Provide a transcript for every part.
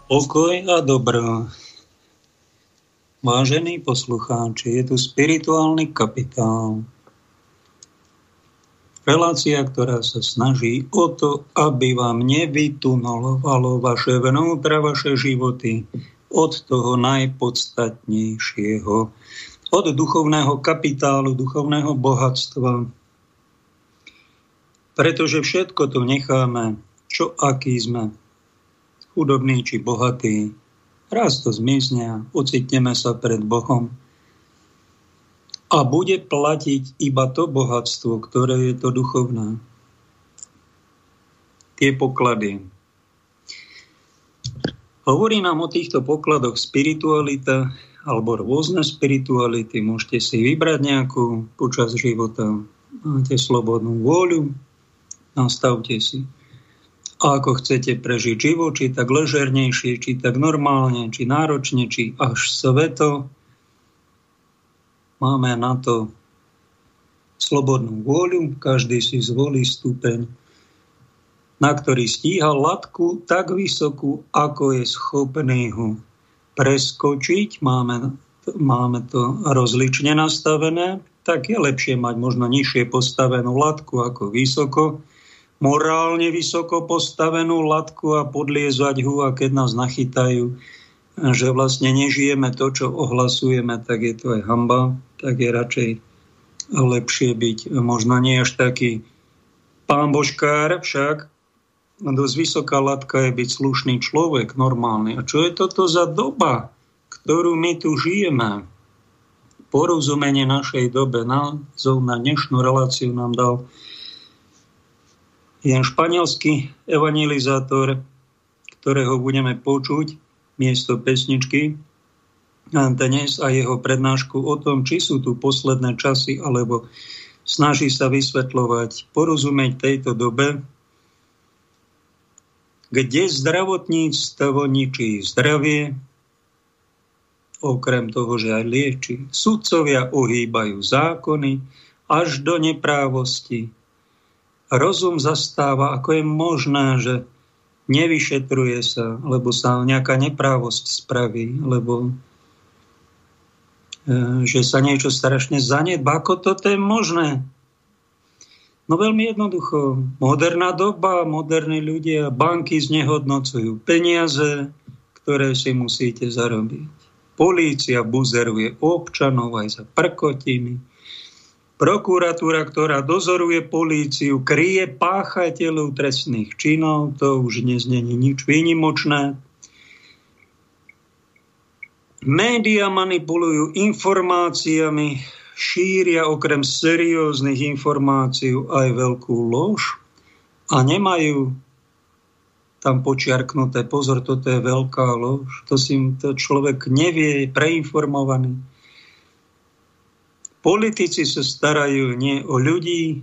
Pokoj a dobro. Vážení poslucháči, je tu spirituálny kapitál. Relácia, ktorá sa snaží o to, aby vám nevytunelovalo vaše vnútra, vaše životy od toho najpodstatnejšieho, od duchovného kapitálu, duchovného bohatstva. Pretože všetko to necháme, čo aký sme, chudobný či bohatý, raz to zmizne a ocitneme sa pred Bohom. A bude platiť iba to bohatstvo, ktoré je to duchovné. Tie poklady. Hovorí nám o týchto pokladoch spiritualita alebo rôzne spirituality. Môžete si vybrať nejakú počas života. Máte slobodnú vôľu, nastavte si. A ako chcete prežiť život, či tak ležernejšie, či tak normálne, či náročne, či až sveto, máme na to slobodnú vôľu, každý si zvolí stupeň, na ktorý stíha latku tak vysokú, ako je schopný ho preskočiť. Máme to rozlične nastavené, tak je lepšie mať možno nižšie postavenú latku ako vysoko, morálne vysoko postavenú latku a podliezať ho, a keď nás nachytajú, že vlastne nežijeme to, čo ohlasujeme, tak je to aj hanba, tak je radšej lepšie byť možno nie až taký pán božkár, však dosť vysoká latka je byť slušný človek, normálny. A čo je toto za doba, ktorú my tu žijeme? Porozumenie našej dobe, názov na dnešnú reláciu nám dal jeden španielský evangelizátor, ktorého budeme počuť miesto pesničky dnes a jeho prednášku o tom, či sú tu posledné časy, alebo snaží sa vysvetľovať, porozumieť tejto dobe, kde zdravotníctvo ničí zdravie, okrem toho, že aj lieči. Sudcovia ohýbajú zákony až do neprávosti. Rozum zastáva, ako je možné, že nevyšetruje sa, lebo sa nejaká neprávosť spraví, lebo že sa niečo strašne zanedbá. Ako toto je možné? No veľmi jednoducho. Moderná doba, moderní ľudia, banky znehodnocujú peniaze, ktoré si musíte zarobiť. Polícia buzeruje občanov aj za prkotiny. Prokuratúra, ktorá dozoruje políciu, kryje páchateľov trestných činov, to už dnes není nič výnimočné. Média manipulujú informáciami, šíria okrem serióznych informácií aj veľkú lož a nemajú tam počiarknuté, pozor, toto je veľká lož, to človek nevie, je preinformovaný. Politici sa starajú nie o ľudí,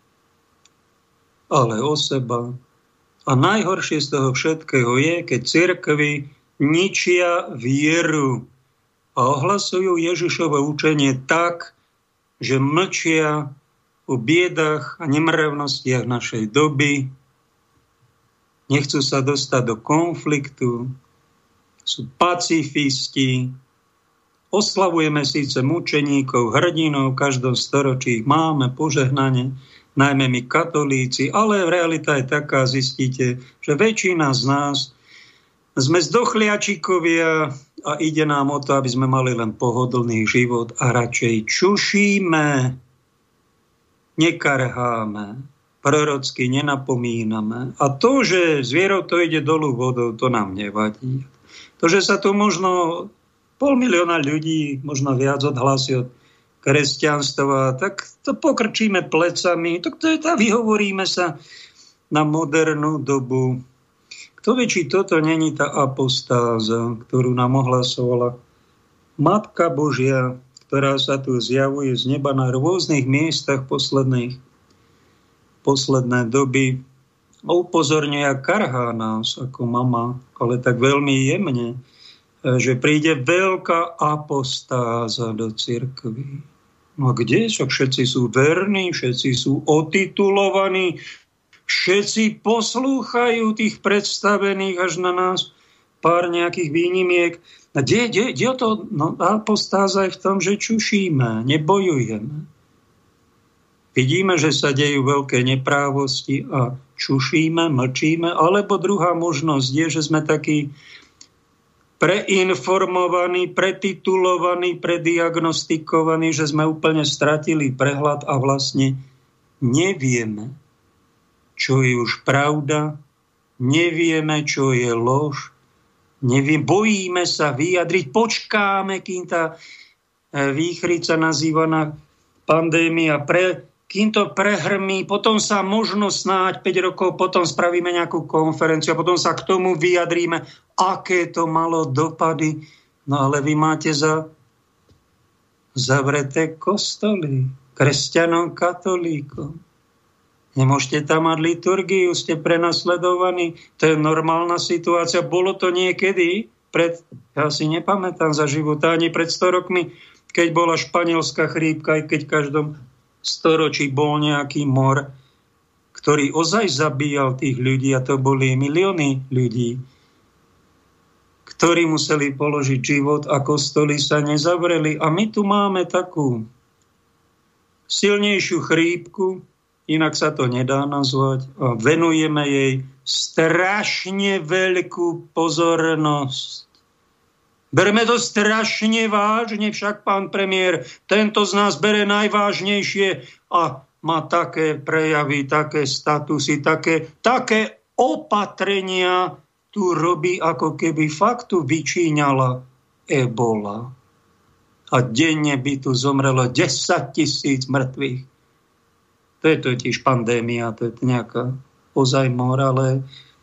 ale o seba. A najhoršie z toho všetkého je, keď cirkvi ničia vieru a ohlasujú Ježišovo učenie tak, že mlčia o biedách a nemravnostiach našej doby, nechcú sa dostať do konfliktu, sú pacifisti. Oslavujeme síce mučeníkov, hrdinov, v každom storočí máme požehnanie, najmä my katolíci, ale realita je taká, zistíte, že väčšina z nás sme zdochliačikovia a ide nám o to, aby sme mali len pohodlný život a radšej čušíme, nekarháme, prorocky nenapomíname. A to, že zvierou to ide dolu vodou, to nám nevadí. To, že sa tu možno 500 000 ľudí, možno viac odhlási od kresťanstva, tak to pokrčíme plecami, tak to je tá, vyhovoríme sa na modernú dobu. Kto vie, či toto není tá apostáza, ktorú nám ohlasovala Matka Božia, ktorá sa tu zjavuje z neba na rôznych miestach posledné doby. Upozorňuje a karhá nás ako mama, ale tak veľmi jemne, že príde veľká apostáza do cirkvi. No kde? Všetci sú verní, všetci sú otitulovaní, všetci poslúchajú tých predstavených až na nás. pár nejakých výnimiek. Kde to? No, apostáza je v tom, že čušíme, nebojujeme. Vidíme, že sa dejú veľké neprávosti a čušíme, mlčíme. Alebo druhá možnosť je, že sme takí preinformovaní, pretitulovaní, prediagnostikovaní, že sme úplne stratili prehľad a vlastne nevieme, čo je už pravda, nevieme, čo je lož, bojíme sa vyjadriť, počkáme, kým tá výchrica nazývaná pandémia kým to prehrmí, potom sa možno snáď 5 rokov, potom spravíme nejakú konferenciu a potom sa k tomu vyjadríme, aké to malo dopady. No ale vy máte zavreté kostoly, kresťanom, katolíkom. Nemôžete tam mať liturgiu, ste prenasledovaní. To je normálna situácia. Bolo to niekedy, ja si nepamätám za života, ani pred 100 rokmi, keď bola španielská chrípka, aj keď v každom storočí bol nejaký mor, ktorý ozaj zabíjal tých ľudí, a to boli milióny ľudí, ktorí museli položiť život a kostoly sa nezavreli. A my tu máme takú silnejšiu chrípku, inak sa to nedá nazvať, a venujeme jej strašne veľkú pozornosť. Berme to strašne vážne, však pán premiér tento z nás bere najvážnejšie a má také prejavy, také statusy, také opatrenia tu robí, ako keby fakt tu vyčíňala ebola. A denne by tu zomrelo 10 000 mŕtvych. To je totiž pandémia, to je nejaká ozaj mor, ale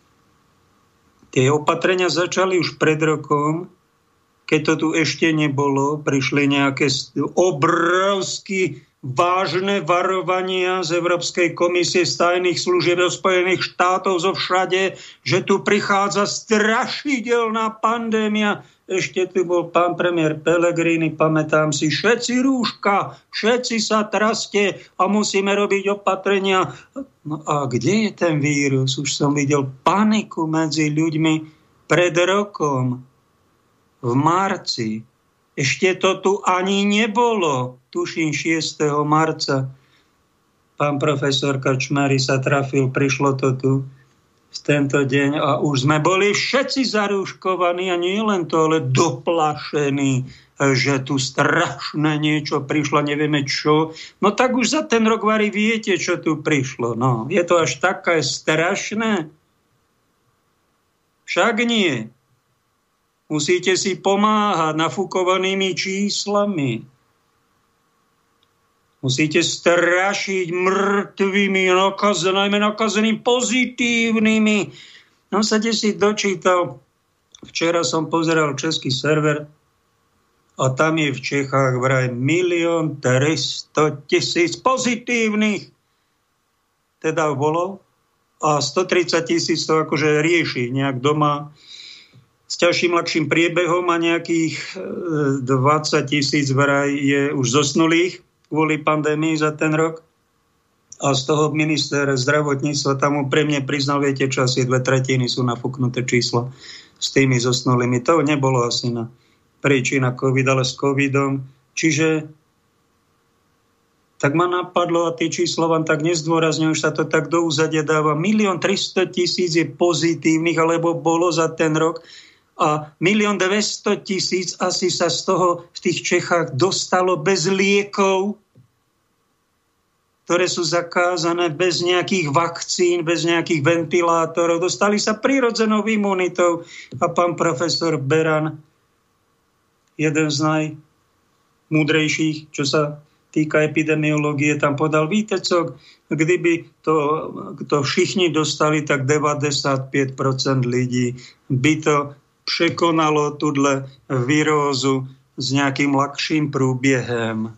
tie opatrenia začali už pred rokom, keď to tu ešte nebolo, prišli nejaké obrovsky vážne varovania z Európskej komisie, z tajných služieb Spojených štátov, zo všade, že tu prichádza strašidelná pandémia. Ešte tu bol pán premiér Pellegrini, pamätám si, všetci rúška, všetci sa traste a musíme robiť opatrenia. No a kde je ten vírus? Už som videl paniku medzi ľuďmi pred rokom, v marci. Ešte to tu ani nebolo. Tuším 6. marca. Pán profesor Krčmári sa trafil, prišlo to tu v tento deň a už sme boli všetci zarúškovaní a nie len to, ale doplašení, že tu strašné niečo prišlo, nevieme čo. No tak už za ten rok vari viete, čo tu prišlo. No, je to až také strašné? Však nie. Musíte si pomáhať nafúkovanými číslami. Musíte strašiť mŕtvými, najmä nakazenými pozitívnymi. No sa si dočítal, včera som pozeral český server a tam je v Čechách vraj 1 300 000 pozitívnych. Teda bolo a 130 000 to akože rieši nejak doma s ťažším, ľahším priebehom a nejakých 20 000 vraj je už zosnulých kvôli pandémii za ten rok. A z toho minister zdravotníctva tam pre mňa priznal, viete čo, asi 2/3 sú nafúknuté čísla s tými zosnulými. To nebolo asi na príčina COVID, ale s covidom. Čiže tak ma napadlo a tie čísla vám tak nezdôrazňujú, už sa to tak do úzadia dáva. 1 300 000 je pozitívnych, alebo bolo za ten rok. A 1 200 000 asi sa z toho v tých Čechách dostalo bez liekov, ktoré sú zakázané, bez nejakých vakcín, bez nejakých ventilátorov. Dostali sa prirodzenou imunitou. A pán profesor Beran, jeden z najmúdrejších, čo sa týka epidemiológie, tam podal, víte co, kdyby to všichni dostali, tak 95% ľudí by to překonalo tudle virózu s nejakým ľahším průběhem.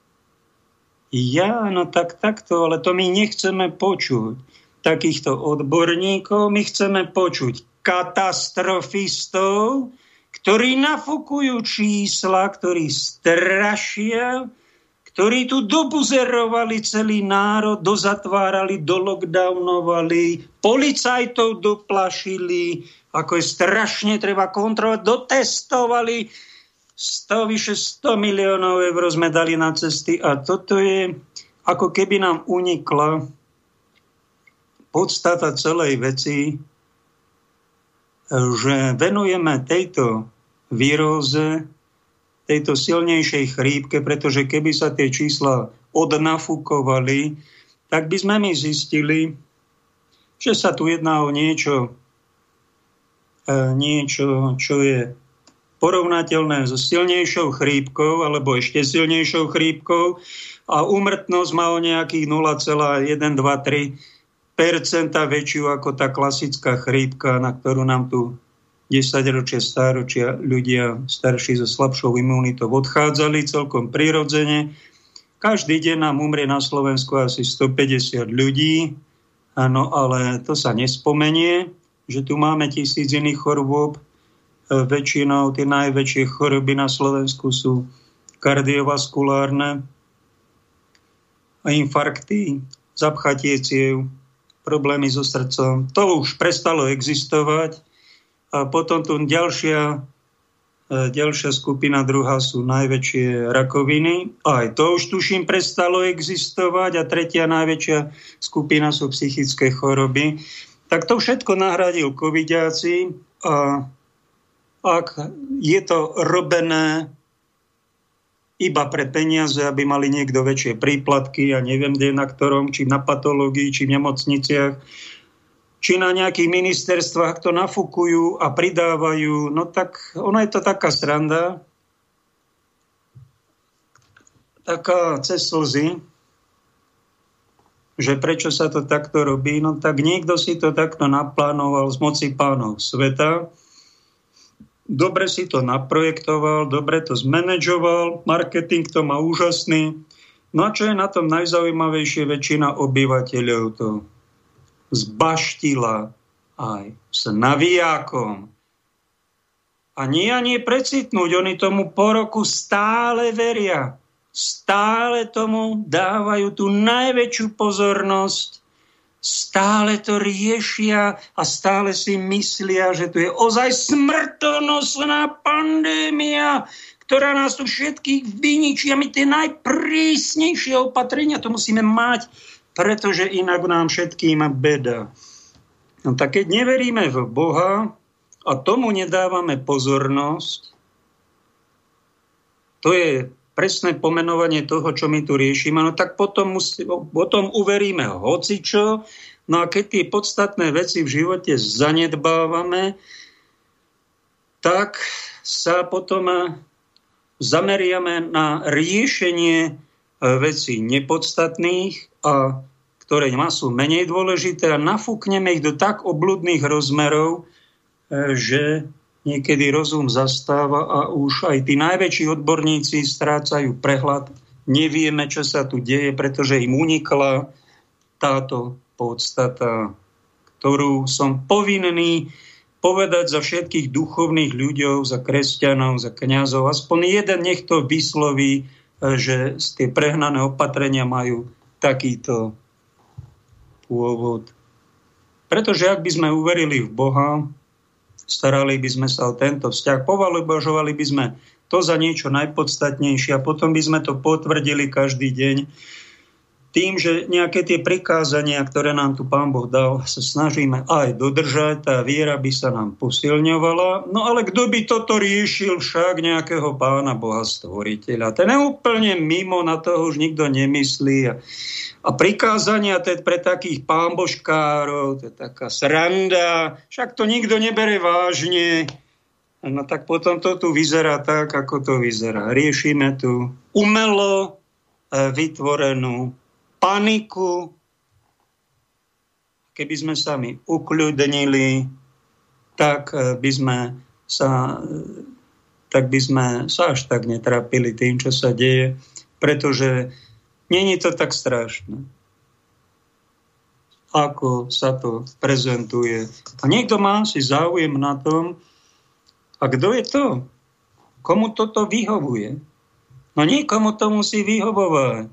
No takto, ale to my nechceme počuť. Takýchto odborníkov my chceme počuť katastrofistov, ktorí nafúkujú čísla, ktorí strašia, ktorí tu dobuzerovali celý národ, dozatvárali, dolockdownovali, policajtov doplašili, ako je strašne treba kontrolovať. Dotestovali vyše 100 miliónov eur sme dali na cesty a toto je, ako keby nám unikla podstata celej veci, že venujeme tejto výroze, tejto silnejšej chrípke, pretože keby sa tie čísla odnafúkovali, tak by sme my zistili, že sa tu jedná o niečo, čo je porovnateľné so silnejšou chrípkou alebo ešte silnejšou chrípkou a úmrtnosť má o nejakých 0,123% väčšiu ako tá klasická chrípka, na ktorú nám tu 10 stáročia ľudia starší so slabšou imunitou odchádzali celkom prirodzene. Každý deň nám umrie na Slovensku asi 150 ľudí, áno, ale to sa nespomenie, že tu máme 1000 iných chorôb. Väčšinou tie najväčšie choroby na Slovensku sú kardiovaskulárne, infarkty, zapchatie ciev, problémy so srdcom. To už prestalo existovať. A potom tu ďalšia skupina, druhá sú najväčšie rakoviny. Aj to už tuším prestalo existovať. A tretia najväčšia skupina sú psychické choroby. Tak to všetko nahradil covidiaci a ak je to robené iba pre peniaze, aby mali niekto väčšie príplatky, ja neviem, kde na ktorom, či na patológii, či v nemocniciach, či na nejakých ministerstvách to nafúkujú a pridávajú, no tak ono je to taká sranda, taká cez slzy, že prečo sa to takto robí, no tak niekto si to takto naplánoval z moci pánov sveta, dobre si to naprojektoval, dobre to zmanažoval, marketing to má úžasný, no a čo je na tom najzaujímavejšie, väčšina obyvateľov to zbaštila aj s navijákom. A nie precitnúť, oni tomu po roku stále veria. Stále tomu dávajú tú najväčšiu pozornosť, stále to riešia a stále si myslia, že tu je ozaj smrtonosná pandémia, ktorá nás tu všetkých vyničí a my tie najprísnejšie opatrenia to musíme mať, pretože inak nám všetkým beda. No tak keď neveríme v Boha a tomu nedávame pozornosť, to je presné pomenovanie toho, čo my tu riešime, no tak potom uveríme hocičo, no a keď tie podstatné veci v živote zanedbávame, tak sa potom zameriame na riešenie vecí nepodstatných, a ktoré sú menej dôležité a nafúkneme ich do tak obľudných rozmerov, že niekedy rozum zastáva a už aj tí najväčší odborníci strácajú prehľad. Nevieme, čo sa tu deje, pretože im unikla táto podstata, ktorú som povinný povedať za všetkých duchovných ľuďov, za kresťanov, za kňazov. Aspoň jeden nech to vysloví, že tie prehnané opatrenia majú takýto pôvod. Pretože ak by sme uverili v Boha, starali by sme sa o tento vzťah, považovali by sme to za niečo najpodstatnejšie a potom by sme to potvrdili každý deň tým, že nejaké tie prikázania, ktoré nám tu Pán Boh dal, sa snažíme aj dodržať, tá viera by sa nám posilňovala. No ale kto by toto riešil však nejakého Pána Boha stvoriteľa? Ten je úplne mimo, na toho už nikto nemyslí. A prikázania pre takých pánbožkárov, to je taká sranda, však to nikto nebere vážne. No tak potom to tu vyzerá tak, ako to vyzerá. Riešime tu umelo vytvorenú paniku. Keby sme sami ukľudnili, tak by sme sa až tak netrápili tým, čo sa deje, pretože nie je to tak strašné, ako sa to prezentuje. A niekto má si záujem na tom, a kto je to? Komu toto vyhovuje? No niekomu to musí vyhovovať.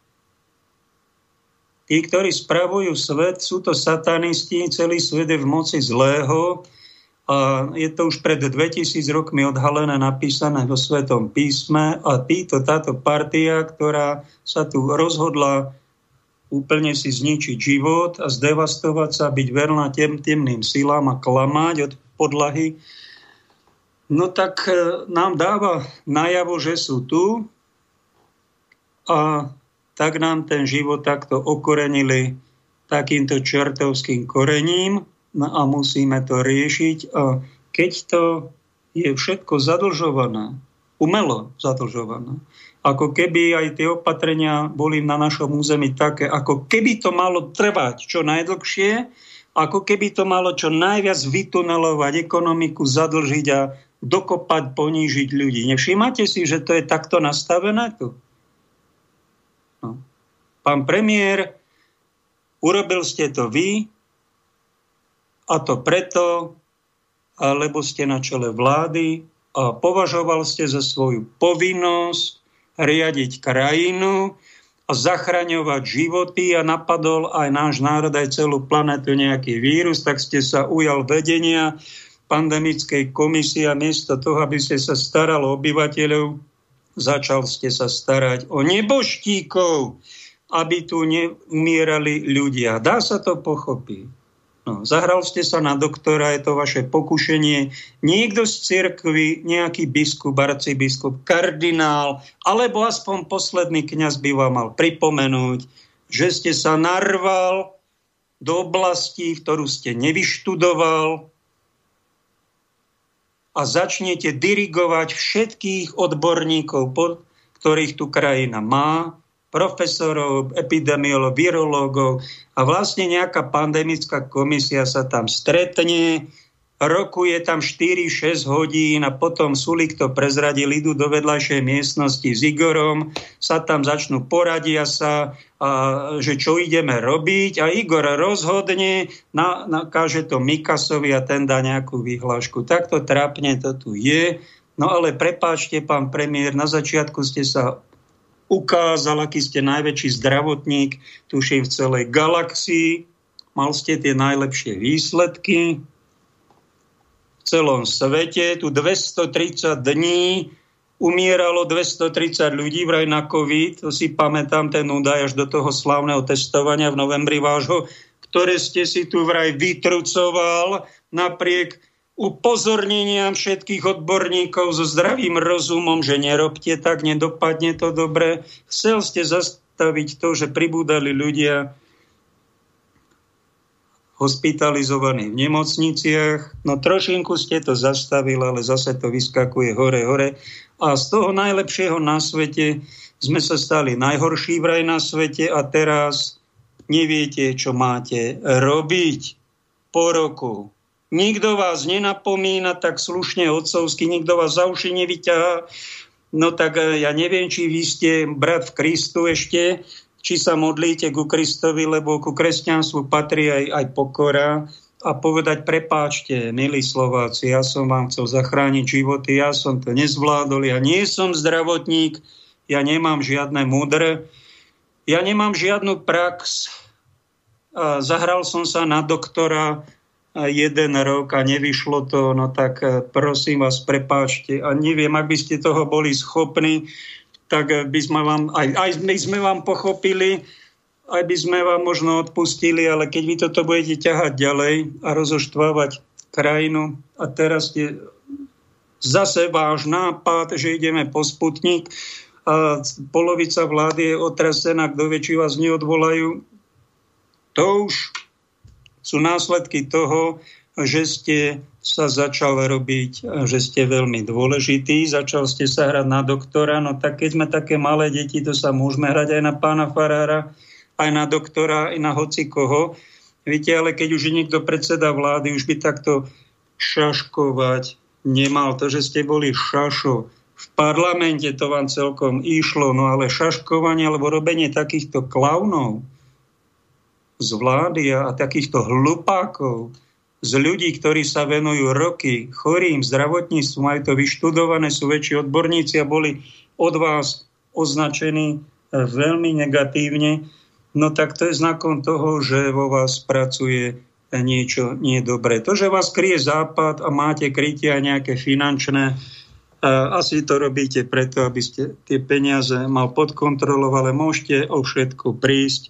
Tí, ktorí spravujú svet, sú to satanisti, celý svet je v moci zlého A je to už pred 2000 rokmi odhalené, napísané vo Svetom písme a táto partia, ktorá sa tu rozhodla úplne si zničiť život a zdevastovať sa, byť verná temným silám a klamať od podlahy, no tak nám dáva najavo, že sú tu a tak nám ten život takto okorenili takýmto čertovským korením. No a musíme to riešiť. A keď to je všetko zadlžované, umelo zadlžované, ako keby aj tie opatrenia boli na našom území také, ako keby to malo trvať čo najdlhšie, ako keby to malo čo najviac vytunelovať ekonomiku, zadlžiť a dokopať, ponížiť ľudí. Nevšímate si, že to je takto nastavené tu? No. Pán premiér, urobil ste to vy, a to preto, lebo ste na čele vlády a považoval ste za svoju povinnosť riadiť krajinu a zachraňovať životy a napadol aj náš národ, aj celú planetu nejaký vírus, tak ste sa ujal vedenia pandemickej komisie a miesto toho, aby ste sa starali o obyvateľov, začal ste sa starať o nebožtíkov, aby tu neumierali ľudia. Dá sa to pochopiť. No, zahral ste sa na doktora, je to vaše pokušenie. Niekto z cirkvi, nejaký biskup, arcibiskup, kardinál, alebo aspoň posledný kňaz by vám mal pripomenúť, že ste sa narval do oblasti, ktorú ste nevyštudoval a začnete dirigovať všetkých odborníkov, ktorých tu krajina má, profesorov, epidemiológov, virológov a vlastne nejaká pandemická komisia sa tam stretne, rokuje tam 4-6 hodín a potom Sulík to prezradil, idú do vedľajšej miestnosti s Igorom, sa tam začnú, poradia sa, že čo ideme robiť a Igor rozhodne, nakáže to Mikasovi a ten dá nejakú vyhlášku. Takto trápne to tu je. No ale prepáčte, pán premiér, na začiatku ste sa ukázal, aký ste najväčší zdravotník, tuším v celej galaxii. Mal ste tie najlepšie výsledky v celom svete. Tu 230 dní umieralo 230 ľudí vraj na COVID. To si pamätám ten údaj až do toho slávneho testovania v novembri vášho, ktoré ste si tu vraj vytrucoval napriek upozorneniam všetkých odborníkov so zdravým rozumom, že nerobte tak, nedopadne to dobre. Chcel ste zastaviť to, že pribúdali ľudia hospitalizovaní v nemocniciach. No trošinku ste to zastavili, ale zase to vyskakuje hore. A z toho najlepšieho na svete sme sa stali najhorší vraj na svete a teraz neviete, čo máte robiť po roku. Nikto vás nenapomína tak slušne otcovsky, nikto vás za uši nevyťahá. No tak ja neviem, či vy ste brat v Kristu ešte, či sa modlíte ku Kristovi, lebo ku kresťanstvu patrí aj pokora. A povedať, prepáčte, milí Slováci, ja som vám chcel zachrániť životy, ja som to nezvládol, ja nie som zdravotník, ja nemám žiadne múdre, ja nemám žiadnu prax. Zahral som sa na doktora 1 rok a nevyšlo to, no tak prosím vás, prepáčte. A neviem, ak by ste toho boli schopní, tak by sme vám, aj my sme vám pochopili, aj by sme vám možno odpustili, ale keď vy toto budete ťahať ďalej a rozoštvávať krajinu a teraz je zase váš nápad, že ideme po Sputnik a polovica vlády je otrasená, kto vie, či vás neodvolajú, to už sú následky toho, že ste sa začal robiť, že ste veľmi dôležitý, začal ste sa hrať na doktora, no tak keď sme také malé deti, to sa môžeme hrať aj na pána farára, aj na doktora, aj na hocikoho. Viete, ale keď už je niekto predseda vlády, už by takto šaškovať nemal. To, že ste boli šašo, v parlamente to vám celkom išlo, no ale šaškovanie alebo robenie takýchto klaunov z vlády a takýchto hlupákov, z ľudí, ktorí sa venujú roky chorým zdravotníctvu, majú to vyštudované, sú väčší odborníci a boli od vás označení veľmi negatívne, no tak to je znakom toho, že vo vás pracuje niečo nie je dobré. To, že vás kryje Západ a máte krytie aj nejaké finančné, asi to robíte preto, aby ste tie peniaze mal pod kontrolou, ale môžete o všetko prísť.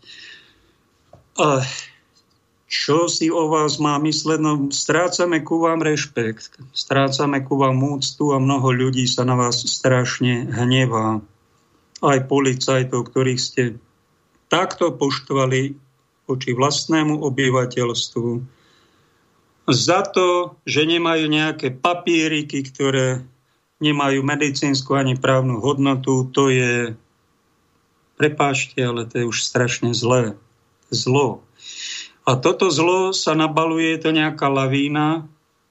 Čo si o vás má mysleť? No, strácame ku vám rešpekt, strácame ku vám úctu a mnoho ľudí sa na vás strašne hnevá. Aj policajtov, ktorých ste takto poštvali voči vlastnému obyvateľstvu za to, že nemajú nejaké papieriky, ktoré nemajú medicínsku ani právnu hodnotu. To je, prepáčte, ale to je už strašne zlé. Zlo. A toto zlo sa nabaluje, je to nejaká lavína.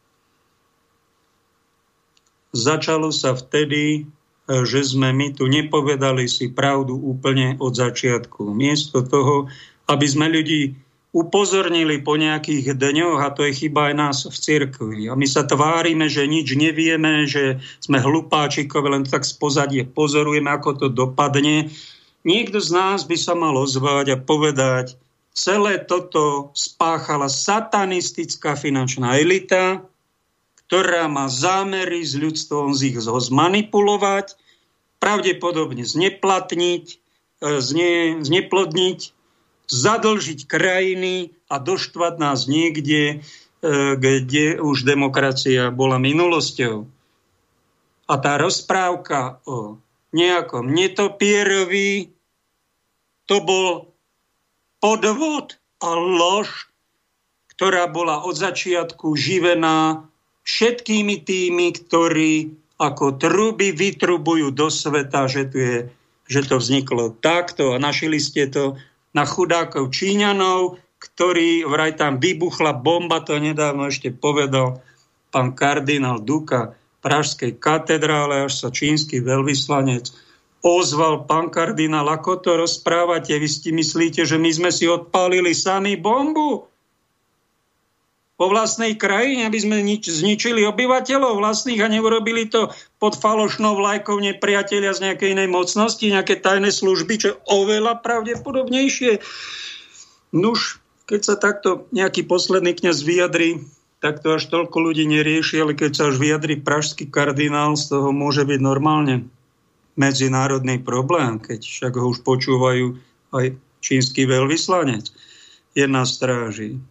Začalo sa vtedy, že sme my tu nepovedali si pravdu úplne od začiatku. Miesto toho, aby sme ľudí upozornili po nejakých dňoch, a to je chyba aj nás v cirkvi. A my sa tvárime, že nič nevieme, že sme hlupáčikovi, len tak z pozadie pozorujeme, ako to dopadne. Niekto z nás by sa mal ozvať a povedať, celé toto spáchala satanistická finančná elita, ktorá má zámery s ľudstvom z ich zmanipulovať, pravdepodobne zneplatniť, zneplodniť, zadlžiť krajiny a doštvať nás niekde, kde už demokracia bola minulosťou. A tá rozprávka o nejakom netopierovi, to bol podvod a lož, ktorá bola od začiatku živená všetkými tými, ktorí ako truby vytrubujú do sveta, že to vzniklo takto a našili ste to na chudákov Číňanov, ktorí vraj tam vybuchla bomba, to nedávno ešte povedal pán kardinál Duka pražskej katedrále, až sa čínsky veľvyslanec ozval, pán kardinál, ako to rozprávate? Vy si myslíte, že my sme si odpálili sami bombu po vlastnej krajine, aby sme zničili obyvateľov vlastných a neurobili to pod falošnou vlajkou nepriatelia z nejakej inej mocnosti, nejaké tajné služby, čo je oveľa pravdepodobnejšie. Nuž, keď sa takto nejaký posledný kňaz vyjadri, tak to až toľko ľudí nerieši, ale keď sa až vyjadri pražský kardinál, z toho môže byť normálne medzinárodný problém, keď však ho už počúvajú aj čínsky veľvyslanec. Je na stráži.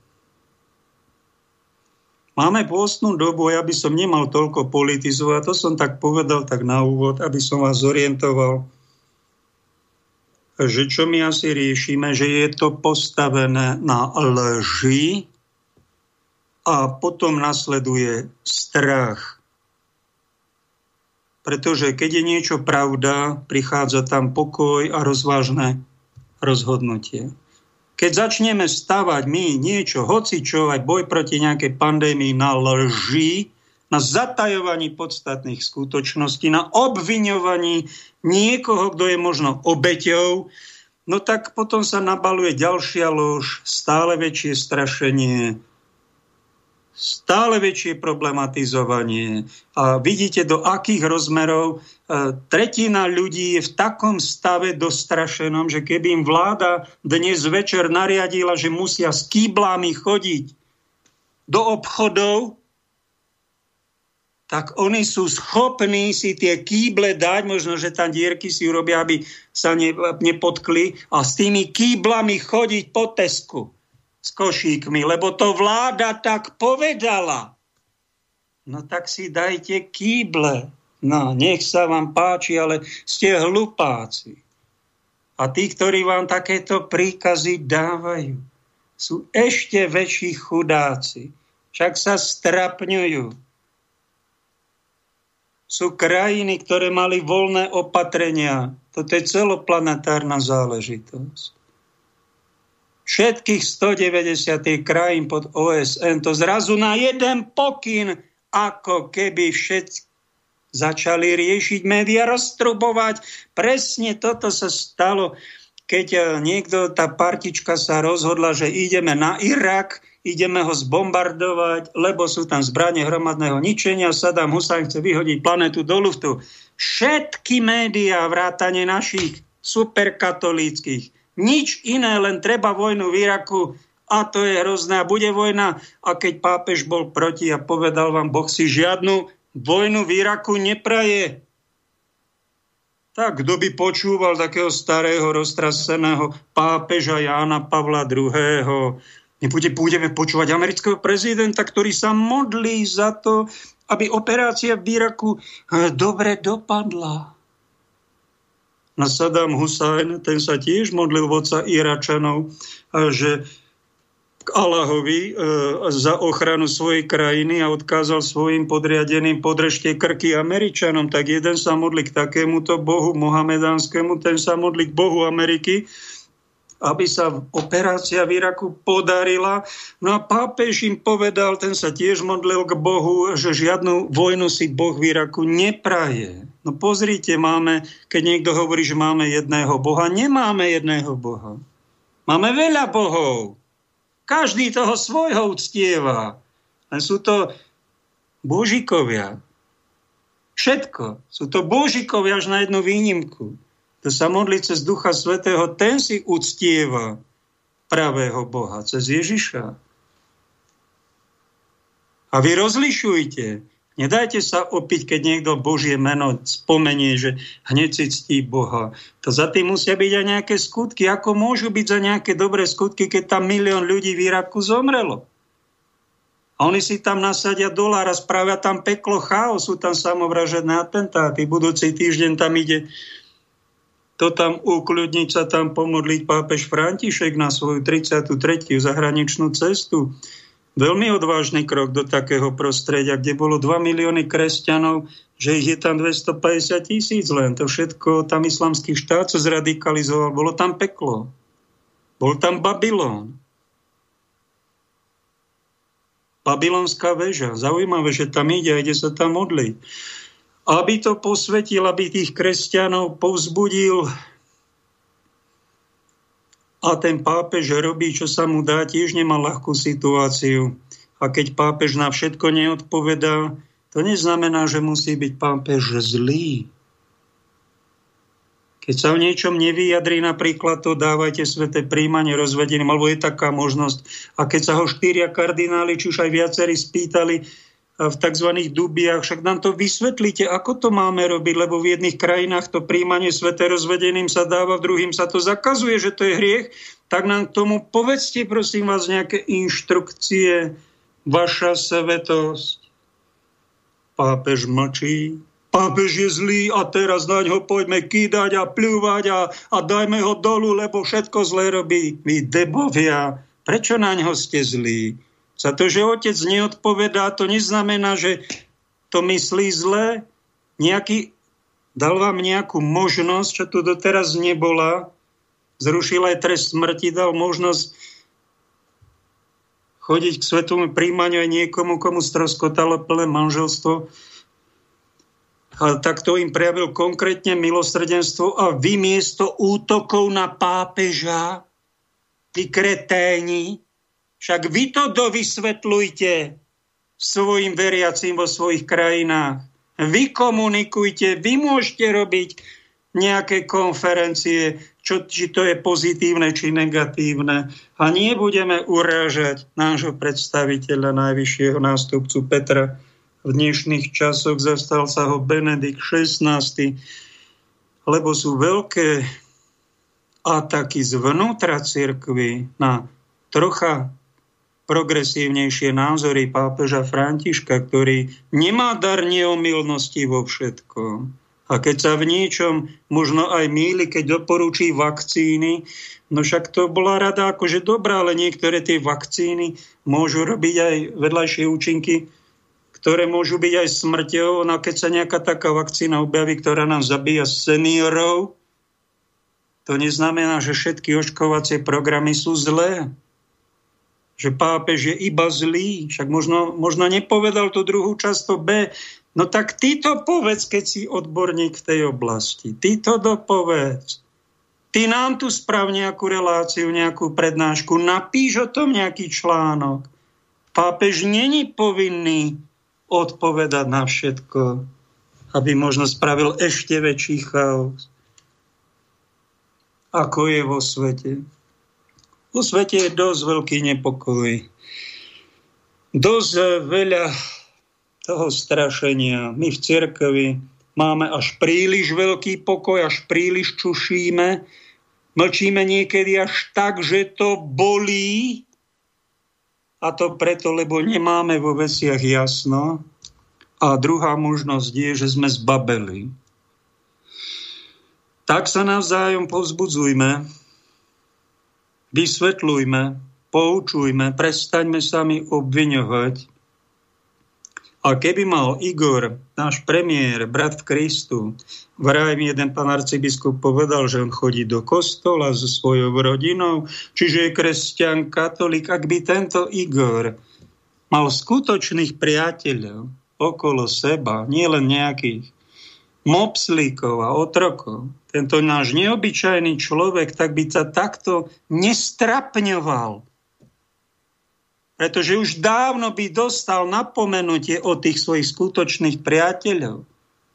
Máme pôstnu dobu, ja by som nemal toľko politizovať, to som tak povedal tak na úvod, aby som vás zorientoval, že čo my asi riešime, že je to postavené na lži a potom nasleduje strach. Pretože keď je niečo pravda, prichádza tam pokoj a rozvážne rozhodnutie. Keď začneme stavať my niečo, hocičo, aj boj proti nejakej pandémii na lži, na zatajovaní podstatných skutočností, na obviňovaní niekoho, kto je možno obeťou, no tak potom sa nabaluje ďalšia lož, stále väčšie strašenie, stále väčšie problematizovanie. A vidíte, do akých rozmerov tretina ľudí je v takom stave dostrašenom, že keby im vláda dnes večer nariadila, že musia s kýblami chodiť do obchodov, tak oni sú schopní si tie kýble dať, možno, že tam dierky si urobia, aby sa nepotkli, a s tými kýblami chodiť po Tesku s košíkmi, lebo to vláda tak povedala. No tak si dajte kýble. No, nech sa vám páči, ale ste hlupáci. A tí, ktorí vám takéto príkazy dávajú, sú ešte väčší chudáci. Však sa strapňujú. Sú krajiny, ktoré mali voľné opatrenia. Toto je celoplanetárna záležitosť. Všetkých 190 krajín pod OSN to zrazu na jeden pokyn, ako keby všetci začali riešiť médiá, roztrubovať. Presne toto sa stalo, keď niekto, tá partička sa rozhodla, že ideme na Irak, ideme ho zbombardovať, lebo sú tam zbrane hromadného ničenia, Saddam Hussein chce vyhodiť planetu do luftu. Všetky médiá, vrátane našich superkatolíckych, nič iné, len treba vojnu v Iraku a to je hrozné a bude vojna. A keď pápež bol proti a povedal vám, Boh si žiadnu vojnu v Iraku nepraje, tak kto by počúval takého starého, roztraseného pápeža Jána Pavla II. Budeme počúvať amerického prezidenta, ktorý sa modlí za to, aby operácia v Iraku dobre dopadla. Na Saddam Hussein, ten sa tiež modlil vodca Iračanov, že k Allahovi za ochranu svojej krajiny a odkázal svojim podriadeným podržte krky Američanom. Tak jeden sa modlí k takémuto bohu mohamedánskému, ten sa modlí k bohu Ameriky, aby sa operácia v Iraku podarila. No a pápež im povedal, ten sa tiež modlil k Bohu, že žiadnu vojnu si Boh v Iraku nepraje. No pozrite, keď niekto hovorí, že máme jedného Boha, nemáme jedného Boha. Máme veľa bohov. Každý toho svojho uctieva. Len sú to božikovia. Všetko. Sú to božikovia až na jednu výnimku. To sa modlí cez Ducha Svätého, ten si uctieva pravého Boha, cez Ježiša. A vy rozlišujte. Nedajte sa opiť, keď niekto Božie meno spomenie, že hneď si ctí Boha. To za tým musia byť aj nejaké skutky. Ako môžu byť za nejaké dobré skutky, keď tam 1 000 000 ľudí v Iraku zomrelo? A oni si tam nasadia dolár a spravia tam peklo, chaos, sú tam samovražedné atentáty. Budúci týždeň tam ide to tam ukľudniť, sa tam pomodliť pápež František na svoju 33. zahraničnú cestu. Veľmi odvážny krok do takého prostredia, kde bolo 2 milióny kresťanov, že ich je tam 250 000 len. To všetko tam islamský štát sa zradikalizoval. Bolo tam peklo. Bol tam Babylon. Babylonská väža. Zaujímavé, že tam ide a ide sa tam modliť. Aby to posvetil, aby tých kresťanov povzbudil. A ten pápež robí, čo sa mu dá, tiež nemá ľahkú situáciu. A keď pápež na všetko neodpovedá, to neznamená, že musí byť pápež zlý. Keď sa o niečom nevyjadrí, napríklad to dávajte sväté príjmanie rozvedeným, alebo je taká možnosť. A keď sa ho 4 kardináli, či už aj viacerí spýtali, v tzv. Dubiách, však nám to vysvetlíte, ako to máme robiť, lebo v jedných krajinách to príjmanie sväté rozvedeným sa dáva, v druhým sa to zakazuje, že to je hriech, tak nám k tomu povedzte, prosím vás, nejaké inštrukcie, vaša svätosť. Pápež mlčí, pápež je zlý a teraz na ňo poďme kýdať a pľúvať a dajme ho dolu, lebo všetko zlé robí. Vy debovia, prečo na ňo ste zlí? Za to, že otec neodpovedá, to neznamená, že to myslí zle. Dal vám nejakú možnosť, čo tu doteraz nebola. Zrušil aj trest smrti, dal možnosť chodiť k svätému príjmaniu aj niekomu, komu stroskotalo plné manželstvo. A takto im prejavil konkrétne milosrdenstvo a vy miesto útokov na pápeža, tí kreténi, však vy to dovysvetľujte svojim veriacím vo svojich krajinách. Vy komunikujte, vy môžete robiť nejaké konferencie, či to je pozitívne, či negatívne. A nie budeme urážať nášho predstaviteľa, najvyššieho nástupcu Petra. V dnešných časoch zastal sa ho Benedikt XVI, lebo sú veľké ataky zvnútra cirkvi na trocha progresívnejšie názory pápeža Františka, ktorý nemá dar neomylnosti vo všetkom. A keď sa v niečom možno aj mýli, keď doporúči vakcíny, no však to bola rada akože dobrá, ale niektoré tie vakcíny môžu robiť aj vedľajšie účinky, ktoré môžu byť aj smrťou. No keď sa nejaká taká vakcína objaví, ktorá nám zabíja seniorov, to neznamená, že všetky očkovacie programy sú zlé. Že pápež je iba zlý, však možno nepovedal tú druhú časť, to B. No tak ty to povedz, keď si odborník v tej oblasti. Ty to dopovedz. Ty nám tu sprav nejakú reláciu, nejakú prednášku, napíš o tom nejaký článok. Pápež není povinný odpovedať na všetko, aby možno spravil ešte väčší chaos, ako je vo svete. Vo svete je dosť veľký nepokoj. Dosť veľa toho strašenia. My v cirkvi máme až príliš veľký pokoj, až príliš čušíme. Mlčíme niekedy až tak, že to bolí. A to preto, lebo nemáme vo veciach jasno. A druhá možnosť je, že sme zbabeli. Tak sa navzájom povzbudzujme, vysvetľujme, poučujme, prestaňme sami obviňovať. A keby mal Igor, náš premiér, brat v Kristu, vraj mi jeden pán arcibiskup povedal, že on chodí do kostola so svojou rodinou, čiže je kresťan, katolík. Ak by tento Igor mal skutočných priateľov okolo seba, nielen nejakých mopslíkov a otrokov, tento náš neobyčajný človek, tak by sa takto nestrapňoval. Pretože už dávno by dostal napomenutie od tých svojich skutočných priateľov.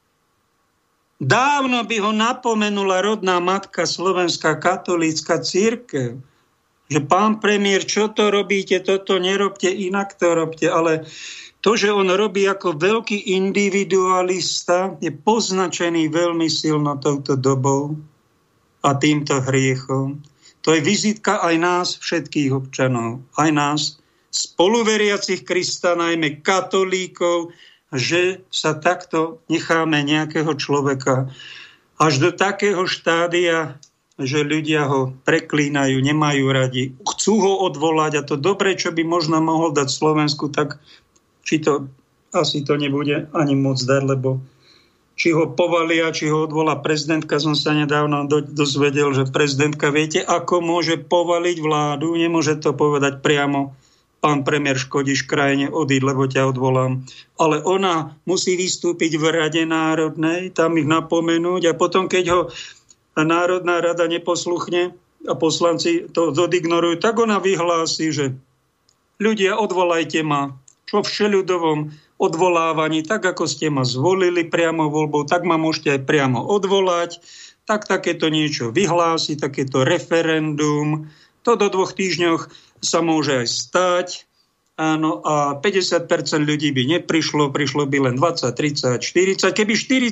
Dávno by ho napomenula rodná matka Slovenská katolícka cirkev, že pán premiér, čo to robíte, toto nerobte, inak to robte. Ale to, že on robí ako veľký individualista, je poznačený veľmi silno touto dobou a týmto hriechom. To je vizitka aj nás, všetkých občanov, aj nás, spoluveriacich Krista, najmä katolíkov, že sa takto necháme nejakého človeka až do takého štádia, že ľudia ho preklínajú, nemajú radi, chcú ho odvolať a to dobre, čo by možno mohol dať Slovensku, tak či to asi to nebude ani moc dať, lebo či ho povalia, či ho odvolá prezidentka. Som sa nedávno dozvedel, že prezidentka, viete, ako môže povaliť vládu, nemôže to povedať priamo. Pán premiér, škodíš krajine, odíď, lebo ťa odvolám. Ale ona musí vystúpiť v Rade národnej, tam ich napomenúť a potom, keď ho Národná rada neposluchne a poslanci to odignorujú, tak ona vyhlási, že ľudia, odvolajte ma, čo v všeľudovom odvolávaní, tak ako ste ma zvolili priamo voľbou, tak ma môžete aj priamo odvolať, tak takéto niečo vyhlási, takéto referendum. To do 2 týždňoch sa môže aj stať. Áno, a 50% ľudí by neprišlo, prišlo by len 20, 30, 40. Keby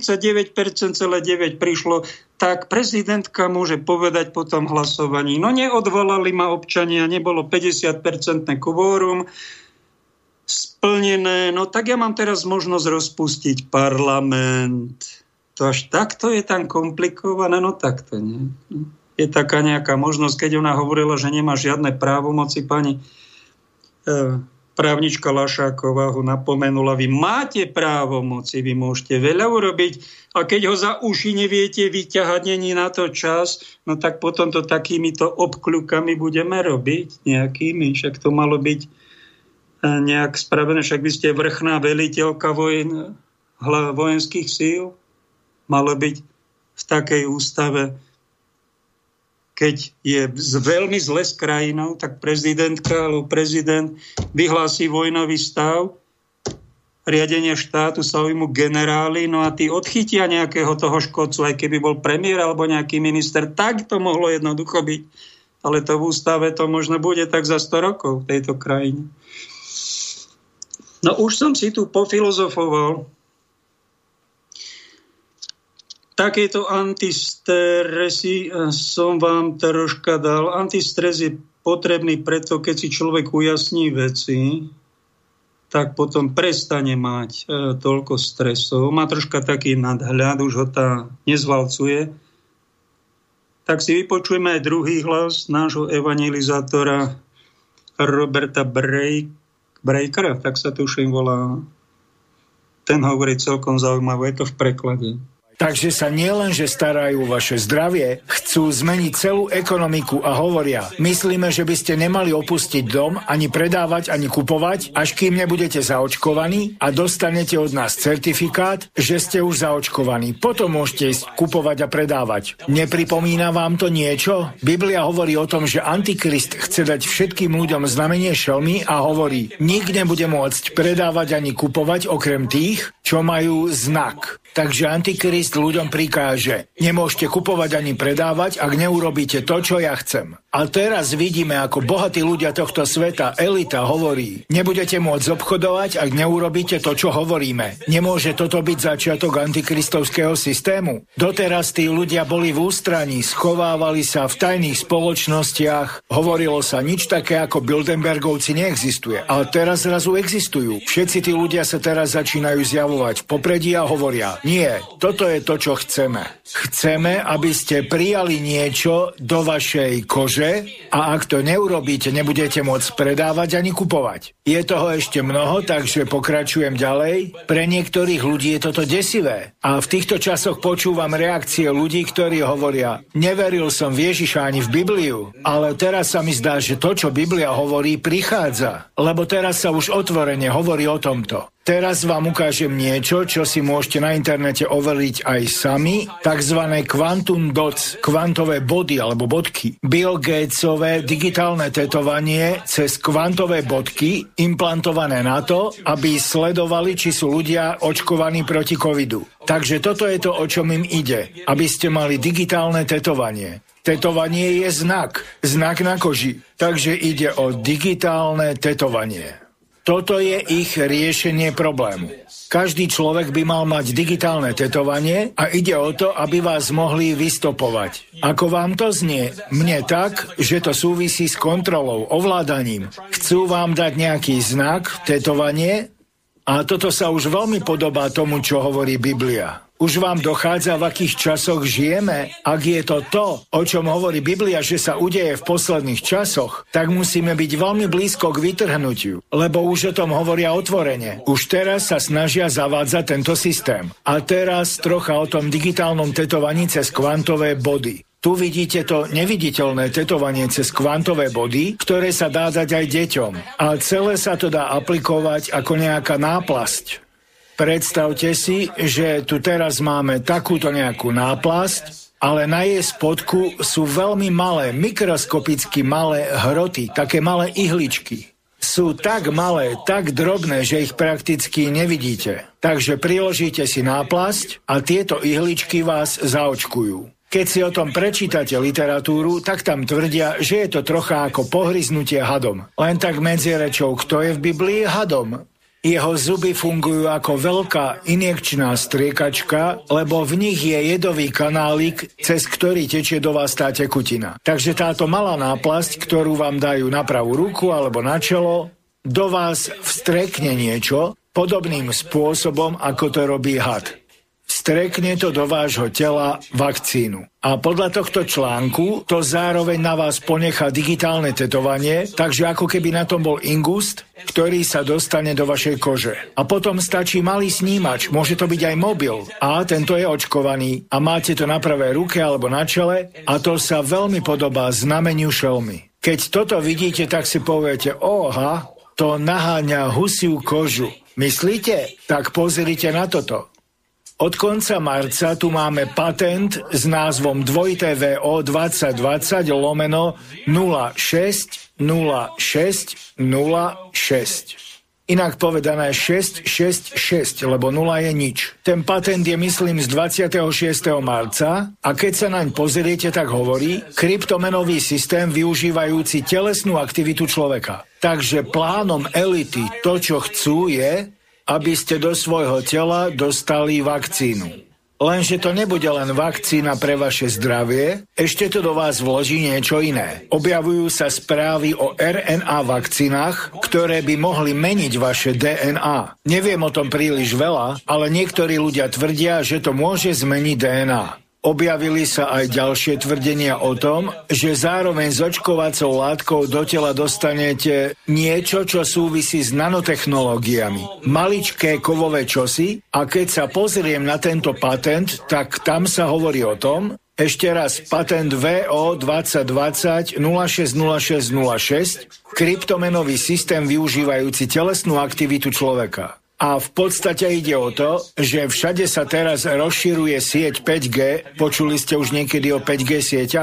49,9% prišlo, tak prezidentka môže povedať po tom hlasovaní, no neodvolali ma občania, nebolo 50% kvórum splnené, no tak ja mám teraz možnosť rozpustiť parlament. To až takto je tam komplikované, no takto nie. Je taká nejaká možnosť, keď ona hovorila, že nemá žiadne právomoci, pani právnička Lašáková ho napomenula, vy máte právomoci, vy môžete veľa urobiť a keď ho za uši neviete vyťahať, není na to čas, no tak potom to takýmito obkľukami budeme robiť nejakými, však to malo byť nejak spravené, však vy ste vrchná veliteľka vojenských síl, malo byť v takej ústave. Keď je veľmi zle s krajinou, tak prezidentka alebo prezident vyhlási vojnový stav, riadenie štátu sa ujmú generáli, no a tí odchytia nejakého toho škodcu, aj keby bol premiér alebo nejaký minister, tak to mohlo jednoducho byť. Ale to v ústave to možno bude tak za 100 rokov v tejto krajine. No už som si tu pofilozofoval. Takéto antistresy som vám troška dal. Antistres je potrebný preto, keď si človek ujasní veci, tak potom prestane mať toľko stresov. Má troška taký nadhľad, už ho tá nezvalcuje. Tak si vypočujeme aj druhý hlas nášho evangelizátora Roberta Breakera, tak sa tuším volá. Ten hovorí celkom zaujímavé, je to v preklade. Takže sa nielenže starajú o vaše zdravie, chcú zmeniť celú ekonomiku a hovoria, myslíme, že by ste nemali opustiť dom, ani predávať, ani kupovať, až kým nebudete zaočkovaní a dostanete od nás certifikát, že ste už zaočkovaní. Potom môžete ísť kupovať a predávať. Nepripomína vám to niečo? Biblia hovorí o tom, že Antikrist chce dať všetkým ľuďom znamenie šelmy a hovorí, nik nebude môcť predávať ani kupovať okrem tých, čo majú znak. Takže Antikrist ľuďom prikáže, nemôžete kupovať ani predávať, ak neurobíte to, čo ja chcem. A teraz vidíme, ako bohatí ľudia tohto sveta, elita hovorí, nebudete môcť obchodovať, ak neurobíte to, čo hovoríme. Nemôže toto byť začiatok antikristovského systému. Doteraz tí ľudia boli v ústraní, schovávali sa v tajných spoločnostiach, hovorilo sa, nič také ako Bilderbergovci neexistuje. Ale teraz zrazu existujú. Všetci tí ľudia sa teraz začínajú zjavovať v popredí a hovoria, nie, toto je to, čo chceme. Chceme, aby ste prijali niečo do vašej kože a ak to neurobíte, nebudete môcť predávať ani kupovať. Je toho ešte mnoho, takže pokračujem ďalej. Pre niektorých ľudí je toto desivé. A v týchto časoch počúvam reakcie ľudí, ktorí hovoria, neveril som v Ježiša ani v Bibliu, ale teraz sa mi zdá, že to, čo Biblia hovorí, prichádza. Lebo teraz sa už otvorene hovorí o tomto. Teraz vám ukážem niečo, čo si môžete na internete overiť aj sami, takzvané quantum dots, kvantové body alebo bodky. Bill Gatesové digitálne tetovanie cez kvantové bodky implantované na to, aby sledovali, či sú ľudia očkovaní proti covidu. Takže toto je to, o čom im ide, aby ste mali digitálne tetovanie. Tetovanie je znak na koži, takže ide o digitálne tetovanie. Toto je ich riešenie problému. Každý človek by mal mať digitálne tetovanie a ide o to, aby vás mohli vystopovať. Ako vám to znie? Mne tak, že to súvisí s kontrolou, ovládaním. Chcú vám dať nejaký znak, tetovanie, a toto sa už veľmi podobá tomu, čo hovorí Biblia. Už vám dochádza, v akých časoch žijeme? Ak je to to, o čom hovorí Biblia, že sa udeje v posledných časoch, tak musíme byť veľmi blízko k vytrhnutiu, lebo už o tom hovoria otvorene. Už teraz sa snažia zavádzať tento systém. A teraz trocha o tom digitálnom tetovaní cez kvantové body. Tu vidíte to neviditeľné tetovanie cez kvantové body, ktoré sa dá dať aj deťom. A celé sa to dá aplikovať ako nejaká náplasť. Predstavte si, že tu teraz máme takúto nejakú náplasť, ale na jej spodku sú veľmi malé, mikroskopicky malé hroty, také malé ihličky. Sú tak malé, tak drobné, že ich prakticky nevidíte. Takže priložíte si náplasť a tieto ihličky vás zaočkujú. Keď si o tom prečítate literatúru, tak tam tvrdia, že je to trocha ako pohryznutie hadom. Len tak medzi rečou, kto je v Biblii hadom? Jeho zuby fungujú ako veľká injekčná striekačka, lebo v nich je jedový kanálik, cez ktorý tečie do vás tá tekutina. Takže táto malá náplasť, ktorú vám dajú na pravú ruku alebo na čelo, do vás vstrekne niečo podobným spôsobom, ako to robí had. Vstrekne to do vášho tela vakcínu. A podľa tohto článku to zároveň na vás ponechá digitálne tetovanie, takže ako keby na tom bol ingust, ktorý sa dostane do vašej kože. A potom stačí malý snímač, môže to byť aj mobil. A tento je očkovaný a máte to na pravej ruke alebo na čele a to sa veľmi podobá znameniu šelmy. Keď toto vidíte, tak si poviete, oha, to naháňa husiu kožu. Myslíte? Tak pozrite na toto. Od konca marca tu máme patent s názvom 2TVO 2020/060606. Inak povedané 666, lebo 0 je nič. Ten patent je, myslím, z 26. marca a keď sa naň pozriete, tak hovorí kryptomenový systém využívajúci telesnú aktivitu človeka. Takže plánom elity to, čo chcú, je, aby ste do svojho tela dostali vakcínu. Lenže to nebude len vakcína pre vaše zdravie, ešte to do vás vloží niečo iné. Objavujú sa správy o RNA vakcínach, ktoré by mohli meniť vaše DNA. Neviem o tom príliš veľa, ale niektorí ľudia tvrdia, že to môže zmeniť DNA. Objavili sa aj ďalšie tvrdenia o tom, že zároveň s očkovacou látkou do tela dostanete niečo, čo súvisí s nanotechnológiami. Maličké kovové čosi a keď sa pozriem na tento patent, tak tam sa hovorí o tom, ešte raz, patent VO 2020/060606, kryptomenový systém využívajúci telesnú aktivitu človeka. A v podstate ide o to, že všade sa teraz rozširuje sieť 5G. Počuli ste už niekedy o 5G sieťach?